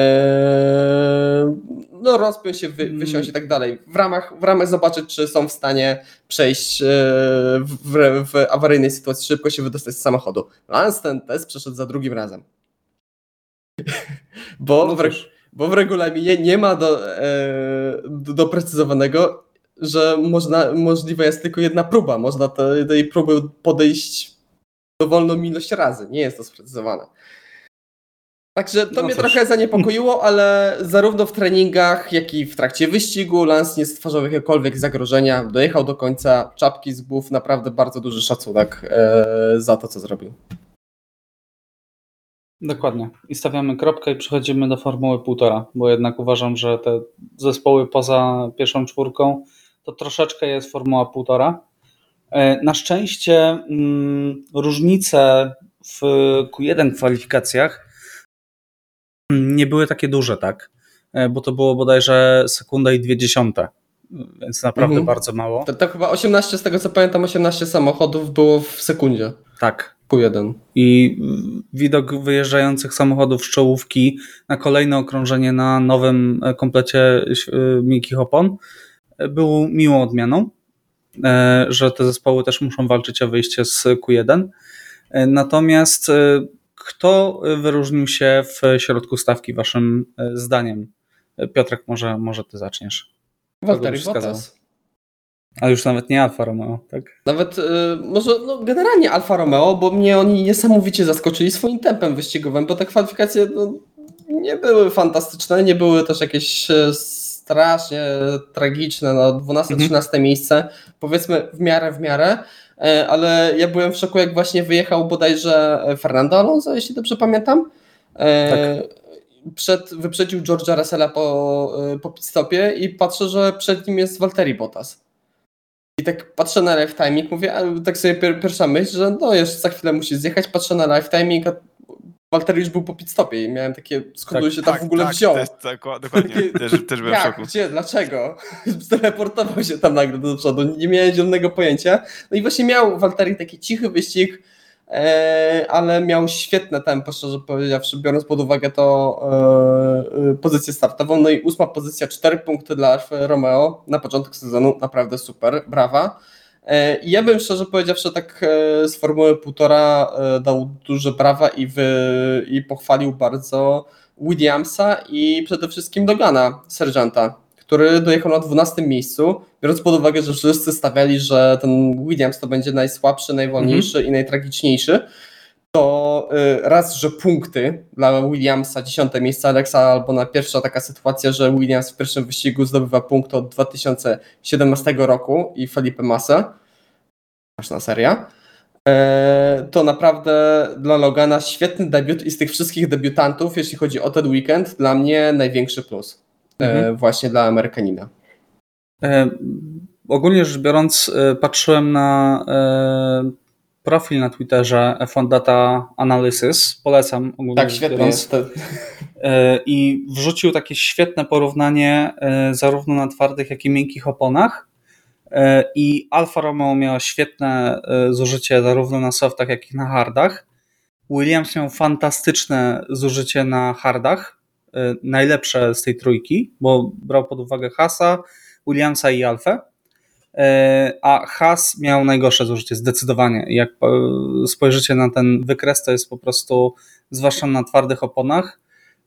Eee, no rozpiąć się, wy, wysiąść i tak dalej. W ramach, w ramach zobaczyć, czy są w stanie przejść e, w, w, w awaryjnej sytuacji, szybko się wydostać z samochodu. Lance ten test przeszedł za drugim razem. Bo, No w, re, cóż. bo w regulaminie nie ma do, e, do, doprecyzowanego, że można, możliwa jest tylko jedna próba. Można te, tej próby podejść dowolną ilość razy. Nie jest to sprecyzowane. Także to No mnie cóż. trochę zaniepokoiło, ale zarówno w treningach, jak i w trakcie wyścigu Lance nie stwarzał jakiegokolwiek zagrożenia. Dojechał do końca, czapki z głów, naprawdę bardzo duży szacunek e, za to, co zrobił. Dokładnie. I stawiamy kropkę i przechodzimy do Formuły półtora, bo jednak uważam, że te zespoły poza pierwszą czwórką to troszeczkę jest Formuła półtora. E, Na szczęście mm, różnice w Q jeden kwalifikacjach nie były takie duże, tak? E, Bo to było bodajże sekunda i dwie dziesiąte, więc naprawdę Mhm. bardzo mało. To, to chyba osiemnaście, z tego co pamiętam, osiemnaście samochodów było w sekundzie. Tak. Q jeden. I widok wyjeżdżających samochodów z czołówki na kolejne okrążenie na nowym komplecie miękkich opon był miłą odmianą, że te zespoły też muszą walczyć o wyjście z Q jeden. Natomiast kto wyróżnił się w środku stawki waszym zdaniem? Piotrek, może, może ty zaczniesz. Valtteri byś wskazał? Bottas. A już nawet nie Alfa Romeo, tak? Nawet y, może no, generalnie Alfa Romeo, bo mnie oni niesamowicie zaskoczyli swoim tempem wyścigowym, bo te kwalifikacje no, nie były fantastyczne, nie były też jakieś e, strasznie tragiczne, no dwunaste trzynaste mhm. miejsce, powiedzmy w miarę, w miarę, e, ale ja byłem w szoku, jak właśnie wyjechał bodajże Fernando Alonso, jeśli dobrze pamiętam. E, tak. Przed, wyprzedził George'a Russella po, po pitstopie i patrzę, że przed nim jest Valtteri Bottas. I tak patrzę na live timing, mówię, a tak sobie pier- pierwsza myśl, że no jeszcze za chwilę musi zjechać, patrzę na live timing, a Valtteri już był po pitstopie i miałem takie, skąd tak, się tam tak, w ogóle tak, wziął. Też, tak, dokładnie, też, też byłem jak, w szoku. Gdzie, dlaczego? Teleportował się tam nagle do przodu, nie miałem zielonego pojęcia. No i właśnie miał Valtteri taki cichy wyścig, e, ale miał świetne tempo, szczerze powiedziawszy, biorąc pod uwagę to e, pozycję startową. No i ósma pozycja, cztery punkty dla Alfa Romeo na początek sezonu, naprawdę super, brawa. I ja bym szczerze powiedziawszy tak z Formuły półtora dał duże brawa i, wy, i pochwalił bardzo Williamsa i przede wszystkim Dogana, Sergeanta, który dojechał na dwunastym miejscu, biorąc pod uwagę, że wszyscy stawiali, że ten Williams to będzie najsłabszy, najwolniejszy mm-hmm. i najtragiczniejszy, to raz, że punkty dla Williamsa, dziesiąte miejsce Alexa Albona, pierwsza taka sytuacja, że Williams w pierwszym wyścigu zdobywa punkt od dwa tysiące siedemnastego roku i Felipe Massa, straszna seria, to naprawdę dla Logana świetny debiut i z tych wszystkich debiutantów, jeśli chodzi o ten weekend, dla mnie największy plus mhm. właśnie dla Amerykanina. E, ogólnie rzecz biorąc, patrzyłem na e, profil na Twitterze F jeden Data Analysis, polecam ogólnie tak, świetnie jest. E, I wrzucił takie świetne porównanie e, zarówno na twardych, jak i miękkich oponach. I Alfa Romeo miała świetne zużycie zarówno na softach, jak i na hardach. Williams miał fantastyczne zużycie na hardach, najlepsze z tej trójki, bo brał pod uwagę Haasa, Williamsa i Alfę, a Haas miał najgorsze zużycie, zdecydowanie. Jak spojrzycie na ten wykres, to jest po prostu, zwłaszcza na twardych oponach,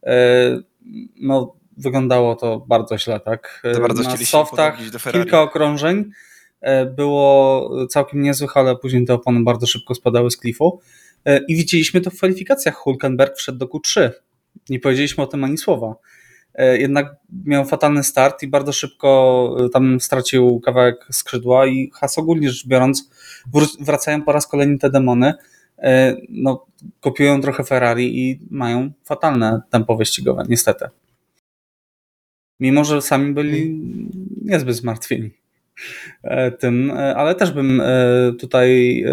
no wyglądało to bardzo źle, tak? Bardzo na softach kilka okrążeń było całkiem niezłych, ale później te opony bardzo szybko spadały z klifu i widzieliśmy to w kwalifikacjach. Hülkenberg wszedł do Q trzy. Nie powiedzieliśmy o tym ani słowa. Jednak miał fatalny start i bardzo szybko tam stracił kawałek skrzydła i Haas ogólnie rzecz biorąc wracają po raz kolejny te demony. No, kopiują trochę Ferrari i mają fatalne tempo wyścigowe, niestety. Mimo że sami byli niezbyt zmartwieni tym, ale też bym tutaj...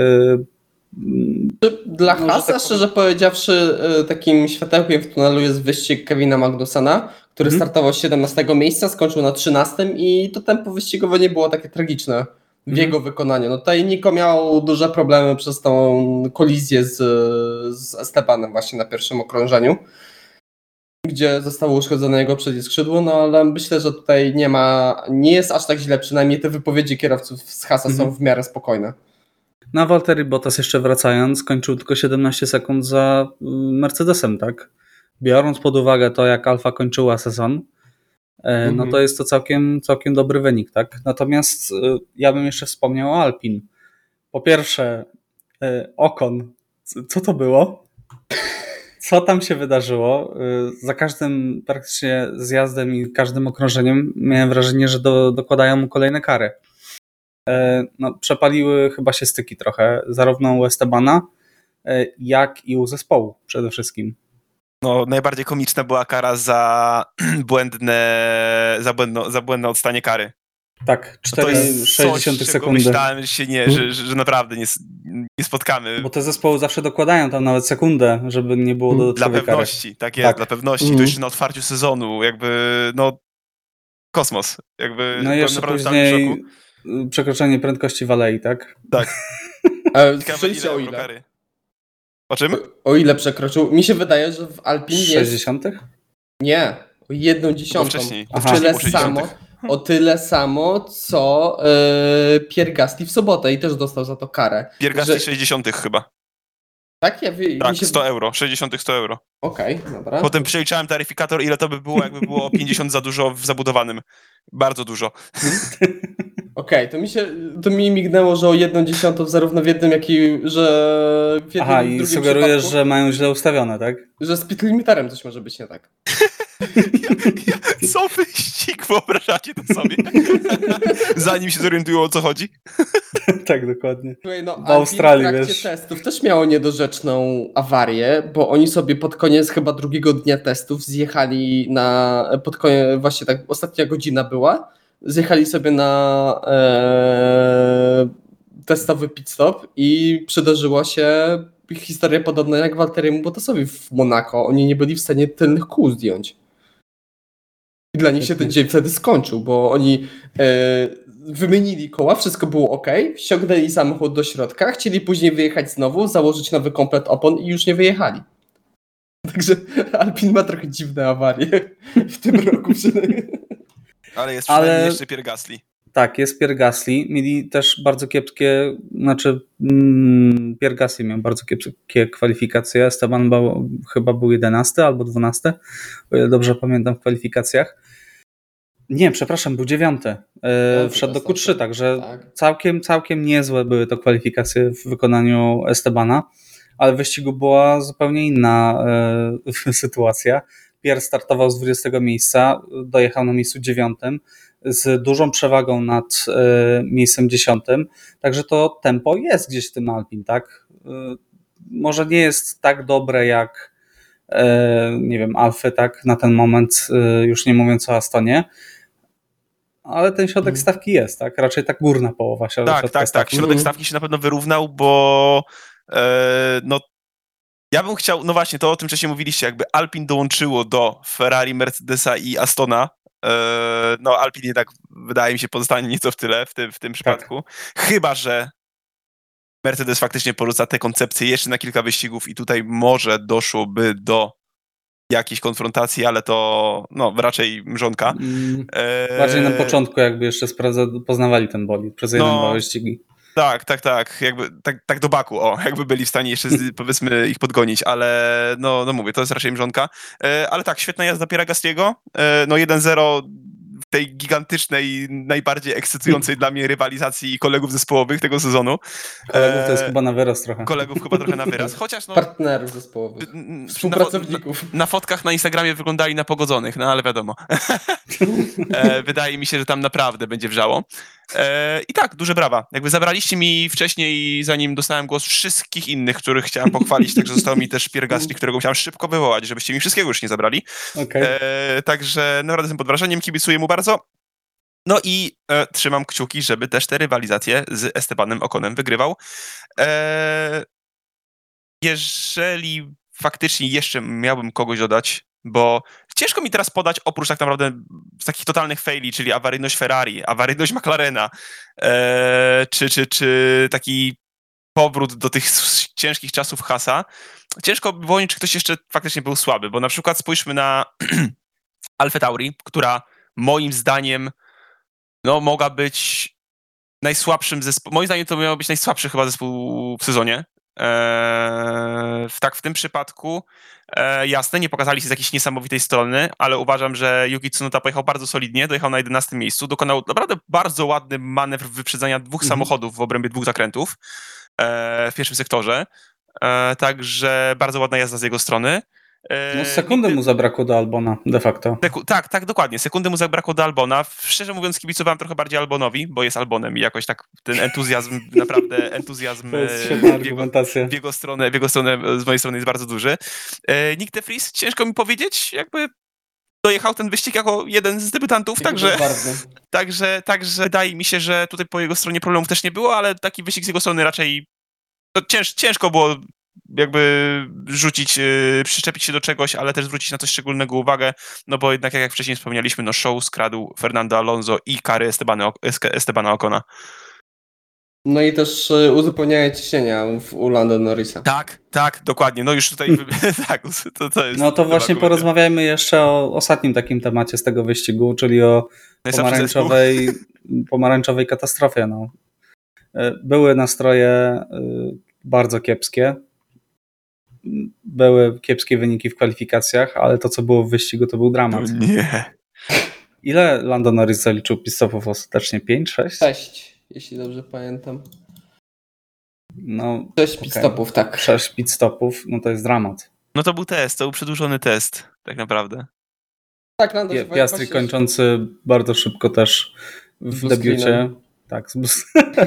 Dla no, Haasa, tak szczerze powiedziawszy, takim światełkiem w tunelu jest wyścig Kevina Magnusena, który hmm. startował z siedemnastego miejsca, skończył na trzynastym i to tempo wyścigowe nie było takie tragiczne w hmm. jego wykonaniu. No tutaj Nico miał duże problemy przez tą kolizję z, z Estebanem właśnie na pierwszym okrążeniu, gdzie zostało uszkodzone jego przednie skrzydło, no ale myślę, że tutaj nie ma, nie jest aż tak źle, przynajmniej te wypowiedzi kierowców z Haasa mhm. są w miarę spokojne. Na Valtteri Bottas jeszcze wracając, skończył tylko siedemnaście sekund za Mercedesem, tak? Biorąc pod uwagę to, jak Alfa kończyła sezon, mhm. no to jest to całkiem, całkiem dobry wynik, tak? Natomiast ja bym jeszcze wspomniał o Alpin. Po pierwsze, Ocon, co to było? co tam się wydarzyło. Za każdym praktycznie zjazdem i każdym okrążeniem miałem wrażenie, że do, dokładają mu kolejne kary. No, przepaliły chyba się styki trochę, zarówno u Estebana, jak i u zespołu przede wszystkim. No, najbardziej komiczna była kara za błędne, za błędne, za błędne odstanie kary. Tak, cztery przecinek sześć sekundy. Myślałem, że się nie, że, że, że naprawdę nie, nie spotkamy. Bo te zespoły zawsze dokładają tam nawet sekundę, żeby nie było dodatkowej kary. Dla pewności, tak jest, tak. Dla pewności. Mm. To jeszcze na otwarciu sezonu, jakby, no, kosmos. Jakby no i jeszcze później przekroczenie prędkości w alei, tak? Tak. Słyszeliście o ile? O czym? O, o ile przekroczył? Mi się wydaje, że w Alpine jest... sześćdziesiątych? Nie, o jedną dziesiątą. Wcześniej. O tyle samo, o tyle samo, co yy, Pierre Gasly w sobotę i też dostał za to karę. Pierre Gasly że... sześćdziesiątych chyba. Tak? Ja wy... Tak, się... sto euro, sześćdziesiątych sto euro. Okej, okay, dobra. Potem przeliczałem taryfikator, ile to by było, jakby było o pięćdziesiąt za dużo w zabudowanym. Bardzo dużo. Okej, okay, to mi się, to mi mignęło, że o jedną dziesiątą zarówno w jednym, jak i że w jednym, Aha, w drugim i sugerujesz, przypadku, że mają źle ustawione, tak? Że z pit limitarem coś może być nie tak. ja, ja, co wyścig, wyobrażacie to sobie? Zanim się zorientują, o co chodzi? Tak, dokładnie. Słuchaj, no, w Australii, w trakcie wiesz. testów też miało niedorzeczną awarię, bo oni sobie pod koniec chyba drugiego dnia testów zjechali na, pod koniec, właśnie tak ostatnia godzina była, zjechali sobie na e, testowy pit stop i przydarzyła się historia podobna jak Valtteriemu Bottasowi w Monako. Oni nie byli w stanie tylnych kół zdjąć. I dla nich się ten dzień wtedy skończył, bo oni e, wymienili koła, wszystko było ok, ściągnęli samochód do środka, chcieli później wyjechać znowu, założyć nowy komplet opon i już nie wyjechali. Także Alpine ma trochę dziwne awarie w tym roku. Ale jest przynajmniej Ale... jeszcze Pierre Gasly. Tak, jest Pierre Gasly. Mieli też bardzo kiepskie, znaczy mm, Pierre Gasly miał bardzo kiepskie kwalifikacje. Esteban był, chyba był jedenasty albo dwunasty, o ile dobrze pamiętam w kwalifikacjach. Nie, przepraszam, był dziewiąty. E, wszedł do Q trzy, także tak. całkiem, całkiem niezłe były to kwalifikacje w wykonaniu Estebana, ale w wyścigu była zupełnie inna e, sytuacja. Pierre startował z dwudziestego miejsca, dojechał na miejscu dziewiątym z dużą przewagą nad e, miejscem dziesiątym, także to tempo jest gdzieś w tym Alpine, tak? E, może nie jest tak dobre jak e, nie wiem, Alfy, tak? Na ten moment, e, już nie mówiąc o Astonie, ale ten środek stawki jest, tak? Raczej tak górna połowa środka Tak, tak, stawki. tak. Środek stawki się na pewno wyrównał, bo e, no ja bym chciał, no właśnie, to o tym wcześniej mówiliście, jakby Alpine dołączyło do Ferrari, Mercedesa i Astona, e, no Alpine jednak wydaje mi się pozostanie nieco w tyle w tym, w tym przypadku, tak. Chyba że Mercedes faktycznie porzuca te koncepcje jeszcze na kilka wyścigów i tutaj może doszłoby do jakiejś konfrontacji, ale to no raczej mrzonka. Mm, e... Bardziej na początku jakby jeszcze sprawdza, poznawali ten bolid przez jeden, no, dwa wyścigi. Tak, tak, tak, jakby tak, tak do baku, o, jakby byli w stanie jeszcze z, powiedzmy ich podgonić, ale no, no mówię, to jest raczej mrzonka. E, ale tak, świetna jazda Pierre'a Gasly'ego, e, no jeden zero w tej gigantycznej, najbardziej ekscytującej dla mnie rywalizacji kolegów zespołowych tego sezonu. Kolegów to jest e, chyba na wyraz trochę. Kolegów chyba trochę na wyraz, chociaż no... Partnerów zespołowych, współpracowników. Na, na fotkach na Instagramie wyglądali na pogodzonych, no ale wiadomo. e, wydaje mi się, że tam naprawdę będzie wrzało. E, I tak, duże brawa. Jakby zabraliście mi wcześniej, zanim dostałem głos, wszystkich innych, których chciałem pochwalić, także został mi też Pierre Gasly, którego musiałem szybko wywołać, żebyście mi wszystkiego już nie zabrali. Okay. E, także naprawdę jestem pod wrażeniem, kibicuję mu bardzo. No i e, trzymam kciuki, żeby też te rywalizacje z Estebanem Oconem wygrywał. E, jeżeli faktycznie jeszcze miałbym kogoś dodać, bo ciężko mi teraz podać, oprócz tak naprawdę z takich totalnych faili, czyli awaryjność Ferrari, awaryjność McLarena, e, czy, czy, czy taki powrót do tych ciężkich czasów Haasa, ciężko by było, czy ktoś jeszcze faktycznie był słaby, bo na przykład spójrzmy na Alfę Tauri, która moim zdaniem no mogła być najsłabszym zespołem, moim zdaniem to miał być najsłabszy chyba zespół w sezonie. Eee, tak w tym przypadku eee, jasne, nie pokazali się z jakiejś niesamowitej strony, ale uważam, że Yuki Tsunoda pojechał bardzo solidnie, dojechał na jedenastym miejscu, dokonał naprawdę bardzo ładny manewr wyprzedzania dwóch mm-hmm. samochodów w obrębie dwóch zakrętów eee, w pierwszym sektorze, eee, także bardzo ładna jazda z jego strony. No sekundy mu zabrakło do Albona, de facto. Seku- tak, tak, dokładnie. Sekundy mu zabrakło do Albona. Szczerze mówiąc, kibicowałem trochę bardziej Albonowi, bo jest Albonem i jakoś tak ten entuzjazm, naprawdę entuzjazm To jest e, świetna w, jego, argumentacja. w, jego stronę, w jego stronę, z mojej strony jest bardzo duży. E, Nick de Vries, ciężko mi powiedzieć, jakby dojechał ten wyścig jako jeden z debiutantów, także, także, także wydaje mi się, że tutaj po jego stronie problemów też nie było, ale taki wyścig z jego strony raczej to cięż, ciężko było jakby rzucić, yy, przyczepić się do czegoś, ale też zwrócić na coś szczególnego uwagę, no bo jednak jak wcześniej wspomnieliśmy, no show skradł Fernando Alonso i kary Estebana, Estebana Ocona. No i też y, uzupełnianie ciśnienia w, u Lando Norrisa. Tak, tak, dokładnie, no już tutaj tak, to, to jest... No to właśnie komedia. porozmawiajmy jeszcze o ostatnim takim temacie z tego wyścigu, czyli o pomarańczowej, pomarańczowej katastrofie. No. Były nastroje bardzo kiepskie, były kiepskie wyniki w kwalifikacjach, ale to, co było w wyścigu, to był dramat. No nie. Ile Lando Norris zaliczył pit-stopów ostatecznie? pięć, sześć? sześć, jeśli dobrze pamiętam. No, sześć okay. pit-stopów, tak. sześć pit-stopów, no to jest dramat. No to był test, to był przedłużony test, tak naprawdę. Tak, Lando Pi- Piastri właśnie... kończący bardzo szybko też w debiucie. Tak, z bus...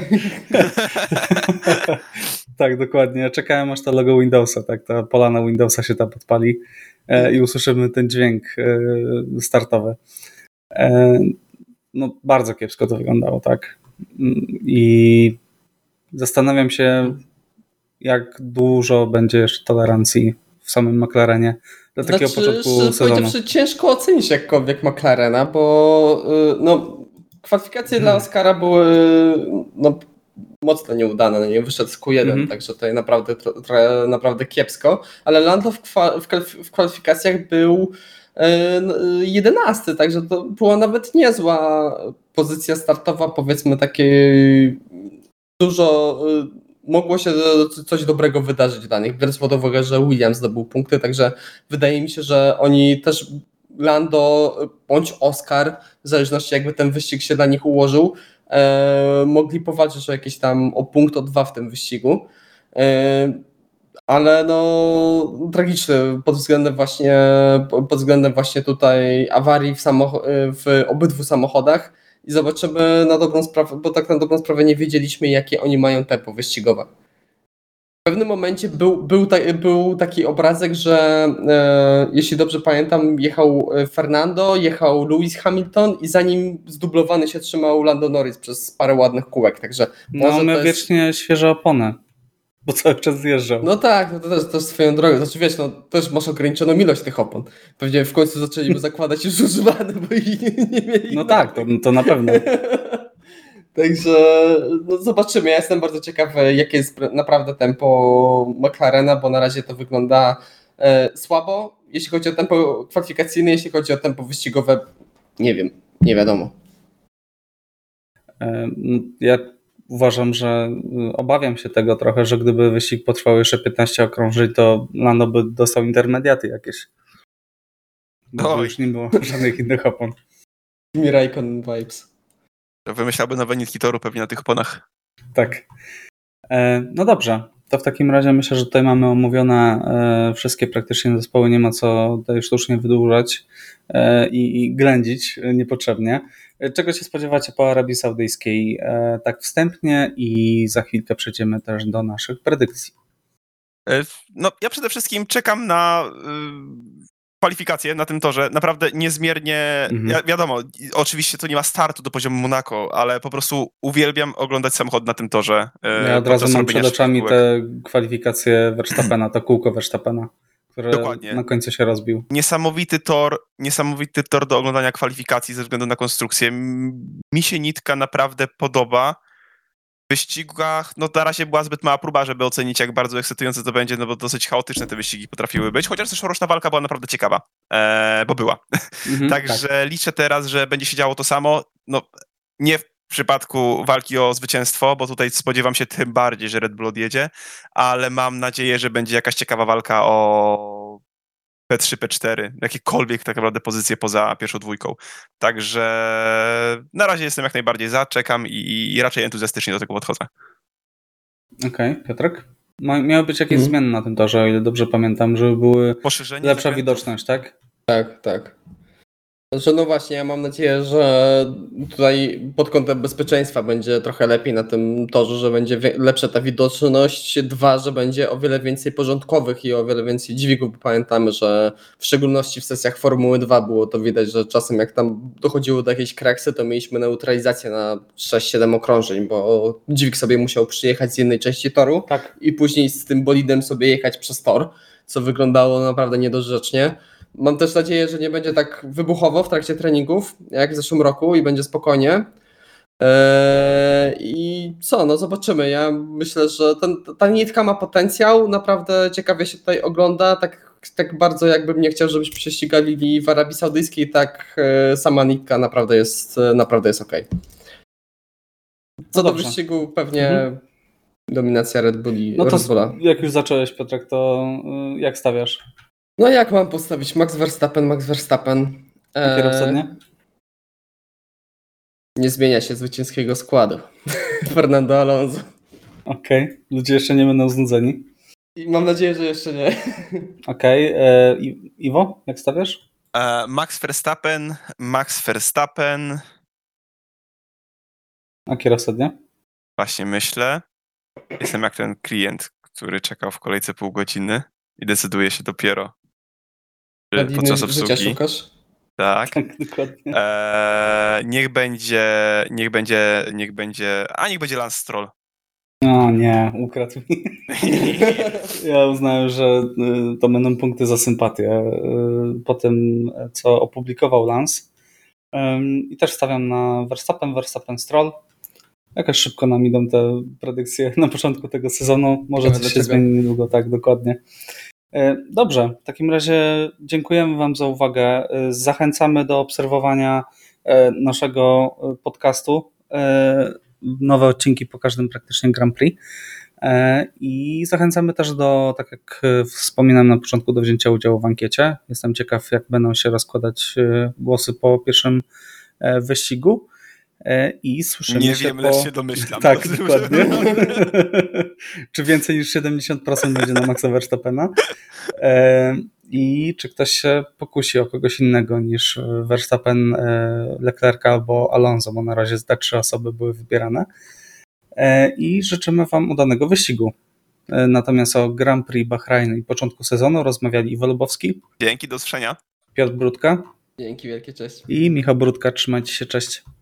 Tak, dokładnie. Czekałem aż to logo Windowsa, tak, ta polana Windowsa się tam podpali e, i usłyszymy ten dźwięk e, startowy. E, no, bardzo kiepsko to wyglądało, tak. I zastanawiam się, jak dużo będzie jeszcze tolerancji w samym McLarenie do takiego znaczy, początku sezonu. Ciężko ocenić jakkolwiek McLarena, bo no, kwalifikacje hmm. dla Oscara były no, mocno nieudane, no nie wyszedł z Q jeden, mm-hmm. także to naprawdę, to, to, naprawdę kiepsko, ale Lando w, kwa, w kwalifikacjach był jedenasty, także to była nawet niezła pozycja startowa, powiedzmy takiej dużo, mogło się coś dobrego wydarzyć dla nich, biorąc pod uwagę, że Williams zdobył punkty, także wydaje mi się, że oni też Lando bądź Oscar, w zależności jakby ten wyścig się dla nich ułożył, e, mogli powalczyć o jakieś tam o punkt, o dwa w tym wyścigu. E, ale no tragiczny pod względem właśnie pod względem właśnie tutaj awarii w, samoch- w obydwu samochodach i zobaczymy na dobrą sprawę, bo tak na dobrą sprawę nie wiedzieliśmy, jakie oni mają tempo wyścigowe. W pewnym momencie był, był, ta, był taki obrazek, że e, jeśli dobrze pamiętam, jechał Fernando, jechał Lewis Hamilton i za nim zdublowany się trzymał Lando Norris przez parę ładnych kółek, także no on miał jest... wiecznie świeże opony, bo cały czas zjeżdżał. No tak, no to też, też swoją drogą, znaczy wiesz, no też masz ograniczoną ilość tych opon. Pewnie w końcu zaczęliby zakładać już używane, bo ich nie, nie mieli. No tak, to, to na pewno. Także no zobaczymy. Ja jestem bardzo ciekaw, jakie jest naprawdę tempo McLarena, bo na razie to wygląda e, słabo. Jeśli chodzi o tempo kwalifikacyjne, jeśli chodzi o tempo wyścigowe, nie wiem, nie wiadomo. Ja uważam, że obawiam się tego trochę, że gdyby wyścig potrwał jeszcze piętnaście okrążeń, to Lando by dostał intermediaty jakieś. Bo już nie było żadnych innych opon. Kimi Raikkonen vibes. Wymyślałby nowe nitki toru pewnie na tych oponach. Tak. No dobrze, to w takim razie myślę, że tutaj mamy omówione wszystkie praktycznie zespoły, nie ma co tutaj sztucznie wydłużać i, i ględzić niepotrzebnie. Czego się spodziewacie po Arabii Saudyjskiej? Tak wstępnie i za chwilkę przejdziemy też do naszych predykcji. No ja przede wszystkim czekam na kwalifikacje na tym torze, naprawdę niezmiernie, mhm. ja, wiadomo, oczywiście to nie ma startu do poziomu Monaco, ale po prostu uwielbiam oglądać samochód na tym torze. Ja od razu mam przed oczami te kwalifikacje Verstappena, to kółko Verstappena, które Dokładnie. na końcu się rozbił. Niesamowity tor, niesamowity tor do oglądania kwalifikacji ze względu na konstrukcję. Mi się nitka naprawdę podoba. W wyścigach, no na razie była zbyt mała próba, żeby ocenić, jak bardzo ekscytujące to będzie, no bo dosyć chaotyczne te wyścigi potrafiły być, chociaż też roczna walka była naprawdę ciekawa, e, bo była. Mhm, Także tak. liczę teraz, że będzie się działo to samo, no nie w przypadku walki o zwycięstwo, bo tutaj spodziewam się tym bardziej, że Red Bull odjedzie, ale mam nadzieję, że będzie jakaś ciekawa walka o P trzy, P cztery, jakiekolwiek tak naprawdę pozycje poza pierwszą dwójką. Także na razie jestem jak najbardziej za, czekam i, i raczej entuzjastycznie do tego podchodzę. Okej, okay. Piotrek? Ma, miały być jakieś Mhm. zmiany na tym torze, o ile dobrze pamiętam, żeby były Poszerzenie lepsza zakrętów. widoczność, tak? Tak, tak. Znaczy, no właśnie, ja mam nadzieję, że tutaj pod kątem bezpieczeństwa będzie trochę lepiej na tym torze, że będzie wie- lepsza ta widoczność. Dwa, że będzie o wiele więcej porządkowych i o wiele więcej dźwigów, bo pamiętamy, że w szczególności w sesjach Formuły dwa było to widać, że czasem jak tam dochodziło do jakiejś kraksy, to mieliśmy neutralizację na sześć siedem okrążeń, bo dźwig sobie musiał przyjechać z jednej części toru Tak. i później z tym bolidem sobie jechać przez tor, co wyglądało naprawdę niedorzecznie. Mam też nadzieję, że nie będzie tak wybuchowo w trakcie treningów, jak w zeszłym roku i będzie spokojnie. Eee, I co, no zobaczymy. Ja myślę, że ten, ta nitka ma potencjał, naprawdę ciekawie się tutaj ogląda, tak, tak bardzo jakbym nie chciał, żebyśmy się ścigali w Arabii Saudyjskiej, tak e, sama nitka naprawdę jest, naprawdę jest okej. Co No do dobrze. wyścigu pewnie Mhm. dominacja Red Bulli, No to Red Bulla. jak już zacząłeś, Piotrek, to y, jak stawiasz? No jak mam postawić? Max Verstappen, Max Verstappen. Na kierowcę dnia? Nie zmienia się zwycięskiego składu. Fernando Alonso. Okej, ludzie jeszcze nie będą znudzeni. I mam nadzieję, że jeszcze nie. Okej, e, I- Iwo, jak stawiasz? E, Max Verstappen, Max Verstappen, A kierowcę dnia? właśnie myślę. Jestem jak ten klient, który czekał w kolejce pół godziny i decyduje się dopiero czy Nadiny podczas życia obsługi. szukasz? Tak. Tak, dokładnie. E, niech będzie, niech będzie, niech będzie, a niech będzie Lance Stroll. No nie, ukradł mi. Ja uznałem, że y, to będą punkty za sympatię y, po tym, co opublikował Lance. Ym, I też stawiam na Verstappen, Verstappen Stroll. Jakoś szybko nam idą te predykcje na początku tego sezonu. Może Ciekawe coś się dlaczego. zmieni niedługo, tak, dokładnie. Y, Dobrze, w takim razie dziękujemy Wam za uwagę. Y, Zachęcamy do obserwowania y, naszego y, podcastu. Y, Nowe odcinki po każdym praktycznie Grand Prix. E, I zachęcamy też do, tak jak e, wspominałem na początku, do wzięcia udziału w ankiecie. Jestem ciekaw, jak będą się rozkładać e, głosy po pierwszym e, wyścigu. E, I słyszymy Nie się wiem, po... lecz się domyślam. Tak, dokładnie. Czy więcej niż siedemdziesiąt procent będzie na Maxa Verstappena? E, I czy ktoś się pokusi o kogoś innego niż Verstappen, e, Leclerc albo Alonso, bo na razie te trzy osoby były wybierane. I życzymy Wam udanego wyścigu. Natomiast o Grand Prix Bahrain i początku sezonu rozmawiali Iwo Lubowski, Dzięki, do usłyszenia. Piotr Brudka Dzięki wielkie, cześć. i Michał Brudka. Trzymajcie się, cześć.